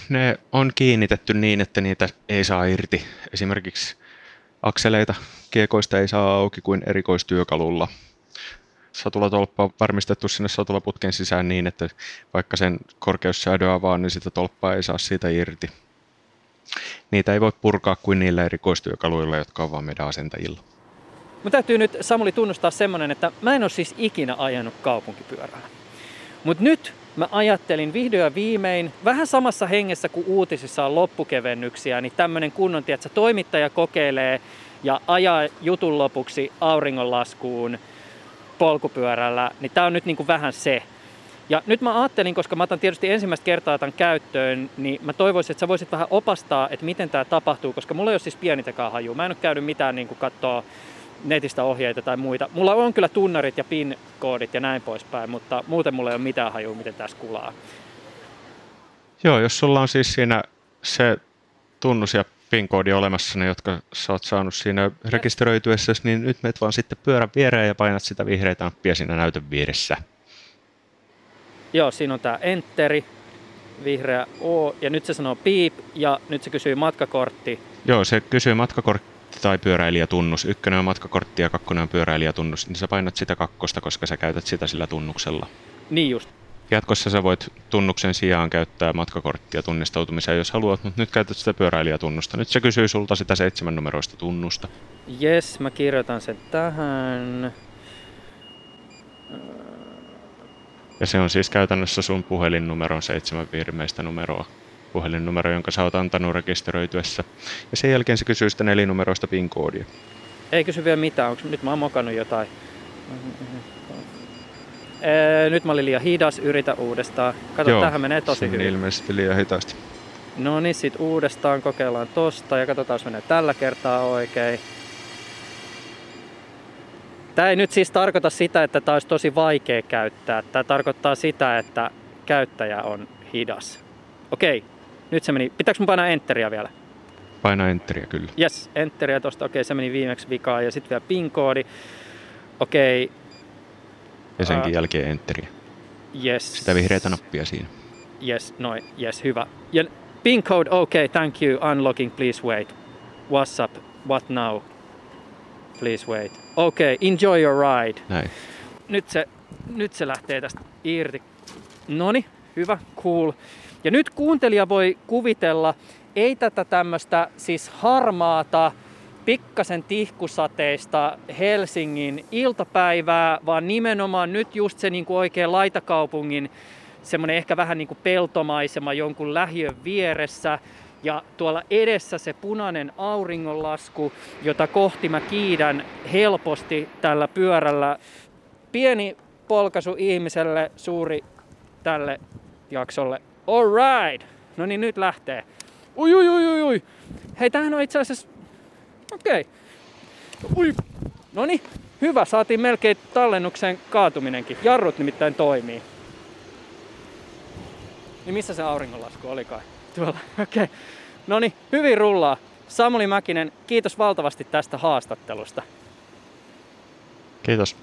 ne on kiinnitetty niin, että niitä ei saa irti. Esimerkiksi akseleita kiekoista ei saa auki kuin erikoistyökalulla. Satulatolppa on varmistettu sinne satulaputken sisään niin, että vaikka sen korkeussäädö avaa, niin sitä tolppaa ei saa siitä irti. Niitä ei voi purkaa kuin niillä erikoistyökaluilla, jotka on vaan meidän asentajilla. Mun täytyy nyt, Samuli, tunnustaa semmonen, että mä en ole siis ikinä ajanut kaupunkipyörää. Mut nyt mä ajattelin vihdoin ja viimein, vähän samassa hengessä kuin uutisissa on loppukevennyksiä, niin tämmönen kunnon, tiedätkö, toimittaja kokeilee ja ajaa jutun lopuksi auringonlaskuun polkupyörällä, niin tää on nyt niinku vähän se. Ja nyt mä ajattelin, koska mä otan tietysti ensimmäistä kertaa tämän käyttöön, niin mä toivoisin, että sä voisit vähän opastaa, että miten tää tapahtuu, koska mulla ei ole siis pienintäkään hajua. Mä en ole käynyt mitään niin kuin katsoa netistä ohjeita tai muita. Mulla on kyllä tunnarit ja PIN-koodit ja näin poispäin, mutta muuten mulla ei ole mitään hajua, miten tässä kulaa. Joo, jos sulla on siis siinä se tunnus ja PIN-koodi olemassa, ne, jotka sä oot saanut siinä rekisteröityessäsi, niin nyt menet vaan sitten pyörän viereen ja painat sitä vihreitä nappia siinä näytön vieressä. Joo, siinä on tää Enteri, vihreä O, ja nyt se sanoo piip, ja nyt se kysyy matkakortti. Joo, se kysyy matkakortti tai pyöräilijätunnus. Ykkönen on matkakortti ja kakkonen on pyöräilijätunnus, niin sä painat sitä kakkosta, koska sä käytät sitä sillä tunnuksella. Niin just. Jatkossa sä voit tunnuksen sijaan käyttää matkakorttia tunnistautumiseen, jos haluat, mutta nyt käytät sitä pyöräilijätunnusta. Nyt se kysyy sulta sitä seitsemän numeroista tunnusta. Jes, mä kirjoitan sen tähän. Ja se on siis käytännössä sun puhelinnumeron seitsemän viimeistä numeroa. Puhelinnumero, jonka sä oot antanut rekisteröityessä. Ja sen jälkeen se kysyy sitä nelinumeroista PIN-koodia. Ei kysy vielä mitään. Onks, nyt mä oon mokannut jotain. Ee, nyt mä olin liian hidas. Yritä uudestaan. Kato, Joo, tähän menee tosi hyvin. ilmeisesti liian hitaasti. No niin, sit uudestaan kokeillaan tosta. Ja katsotaan, jos menee tällä kertaa oikein. Tämä ei nyt siis tarkoita sitä, että tämä olisi tosi vaikea käyttää. Tämä tarkoittaa sitä, että käyttäjä on hidas. Okei, nyt se meni. Pitääkö mun painaa enteriä vielä? Paina enteriä kyllä. Yes, enteriä tosta. Okei, se meni viimeksi vikaan. Ja sitten vielä PIN-koodi. Okei. Ja senkin uh, jälkeen enteriä. Yes. Sitä vihreätä nappia siinä. Yes, noin. Yes, hyvä. Ja PIN-code, okei, thank you. Unlocking, please wait. What's up? What now? Please wait. Okei, okay, enjoy your ride. Näin. Nyt se, nyt se lähtee tästä irti. Noni, hyvä, cool. Ja nyt kuuntelija voi kuvitella, ei tätä tämmöistä siis harmaata, pikkasen tihkusateista Helsingin iltapäivää, vaan nimenomaan nyt just se niin kuin oikein laitakaupungin semmoinen ehkä vähän niin kuin peltomaisema jonkun lähiön vieressä. Ja tuolla edessä se punainen auringonlasku, jota kohti mä kiidän helposti tällä pyörällä. Pieni polkaisu ihmiselle, suuri tälle jaksolle. All right! No niin, nyt lähtee. Ui, ui, ui, ui, ui. Hei, tämähän on itse asiassa... Okei. Okay. Ui. No niin, hyvä. Saatiin melkein tallennuksen kaatuminenkin. Jarrut nimittäin toimii. Niin missä se auringonlasku oli kai? Tuolla, okei. Okay. Noniin, hyvin rullaa. Samuli Mäkinen, kiitos valtavasti tästä haastattelusta. Kiitos.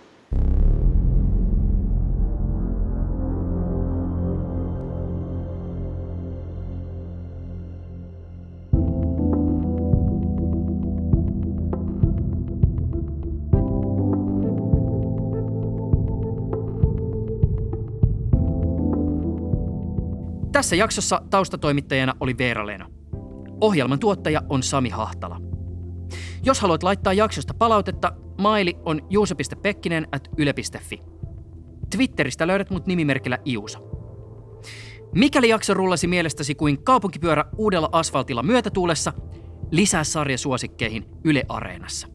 Tässä jaksossa taustatoimittajana oli Veera Leno. Ohjelman tuottaja on Sami Hahtala. Jos haluat laittaa jaksosta palautetta, maili on juuso piste pekkinen ät yle piste fi. Twitteristä löydät mut nimimerkillä Iuso. Mikäli jakso rullasi mielestäsi kuin kaupunkipyörä uudella asfaltilla myötätuulessa, lisää sarjasuosikkeihin Yle Areenassa.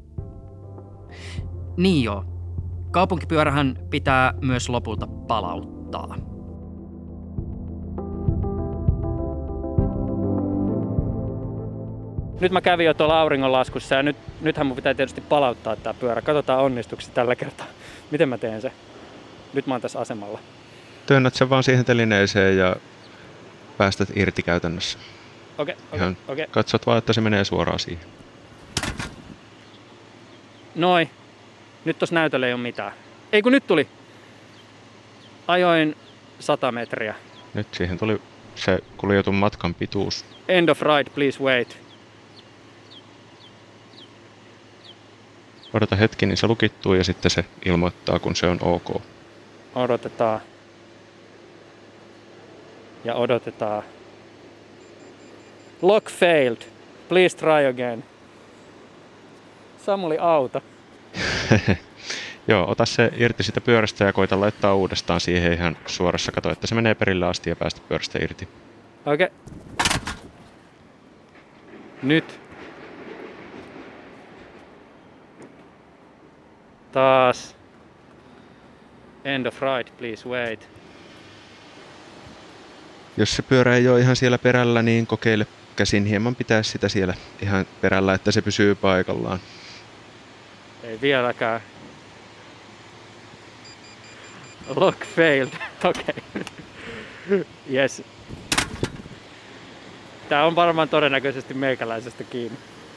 Niin joo, kaupunkipyörähän pitää myös lopulta palauttaa. Nyt mä kävin jo tuolla auringonlaskussa ja nyt, nythän mun pitää tietysti palauttaa tää pyörä. Katsotaan onnistuksi tällä kertaa. Miten mä teen se? Nyt mä oon tässä asemalla. Työnnät sen vaan siihen telineeseen ja päästät irti käytännössä. Okei, okei, okei. Katsot vaan, että se menee suoraan siihen. Noin. Nyt tossa näytöllä ei oo mitään. Ei kun nyt tuli. Ajoin sata metriä. Nyt siihen tuli se kuljetun matkan pituus. End of ride, please wait. Odota hetki, niin se lukittuu ja sitten se ilmoittaa, kun se on ok. Odotetaan. Ja odotetaan. Lock failed. Please try again. Samuli, auta. Joo, ota se irti sitä pyörästä ja koita laittaa uudestaan siihen ihan suorassa. Kato, että se menee perille asti ja päästä pyörästä irti. Okei. Okay. Nyt. Taas. End of ride, please wait. Jos se pyörä ei ole ihan siellä perällä, niin kokeile käsin hieman pitää sitä siellä ihan perällä, että se pysyy paikallaan. Ei vieläkään. Lock failed. Okei. Okay. Yes. Tää on varmaan todennäköisesti meikäläisestä kiinni.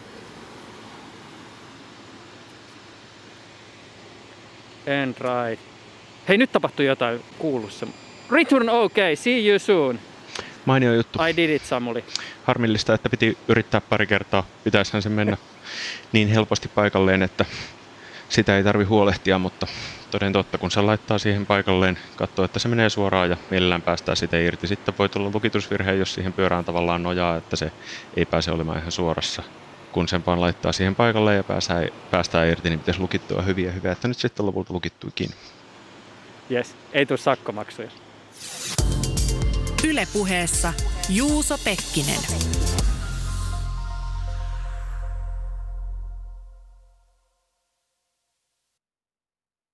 End right. Hei, nyt tapahtui jotain kuulussa. Return okay, see you soon. Mainio juttu. I did it, Samuli. Harmillista, että piti yrittää pari kertaa. Pitäisihän se mennä niin helposti paikalleen, että sitä ei tarvi huolehtia, mutta toden totta, kun se laittaa siihen paikalleen, katsoo, että se menee suoraan ja mielellään päästään sitä irti. Sitten voi tulla lukitusvirhe, jos siihen pyörään tavallaan nojaa, että se ei pääse olemaan ihan suorassa. Kun sen vaan laittaa siihen paikalleen ja päästään, päästään irti, niin pitäisi lukittua hyvin ja hyvä, että nyt sitten lopulta lukittuikin. Jes, ei tule sakkomaksuja. Yle Puheessa Juuso Pekkinen.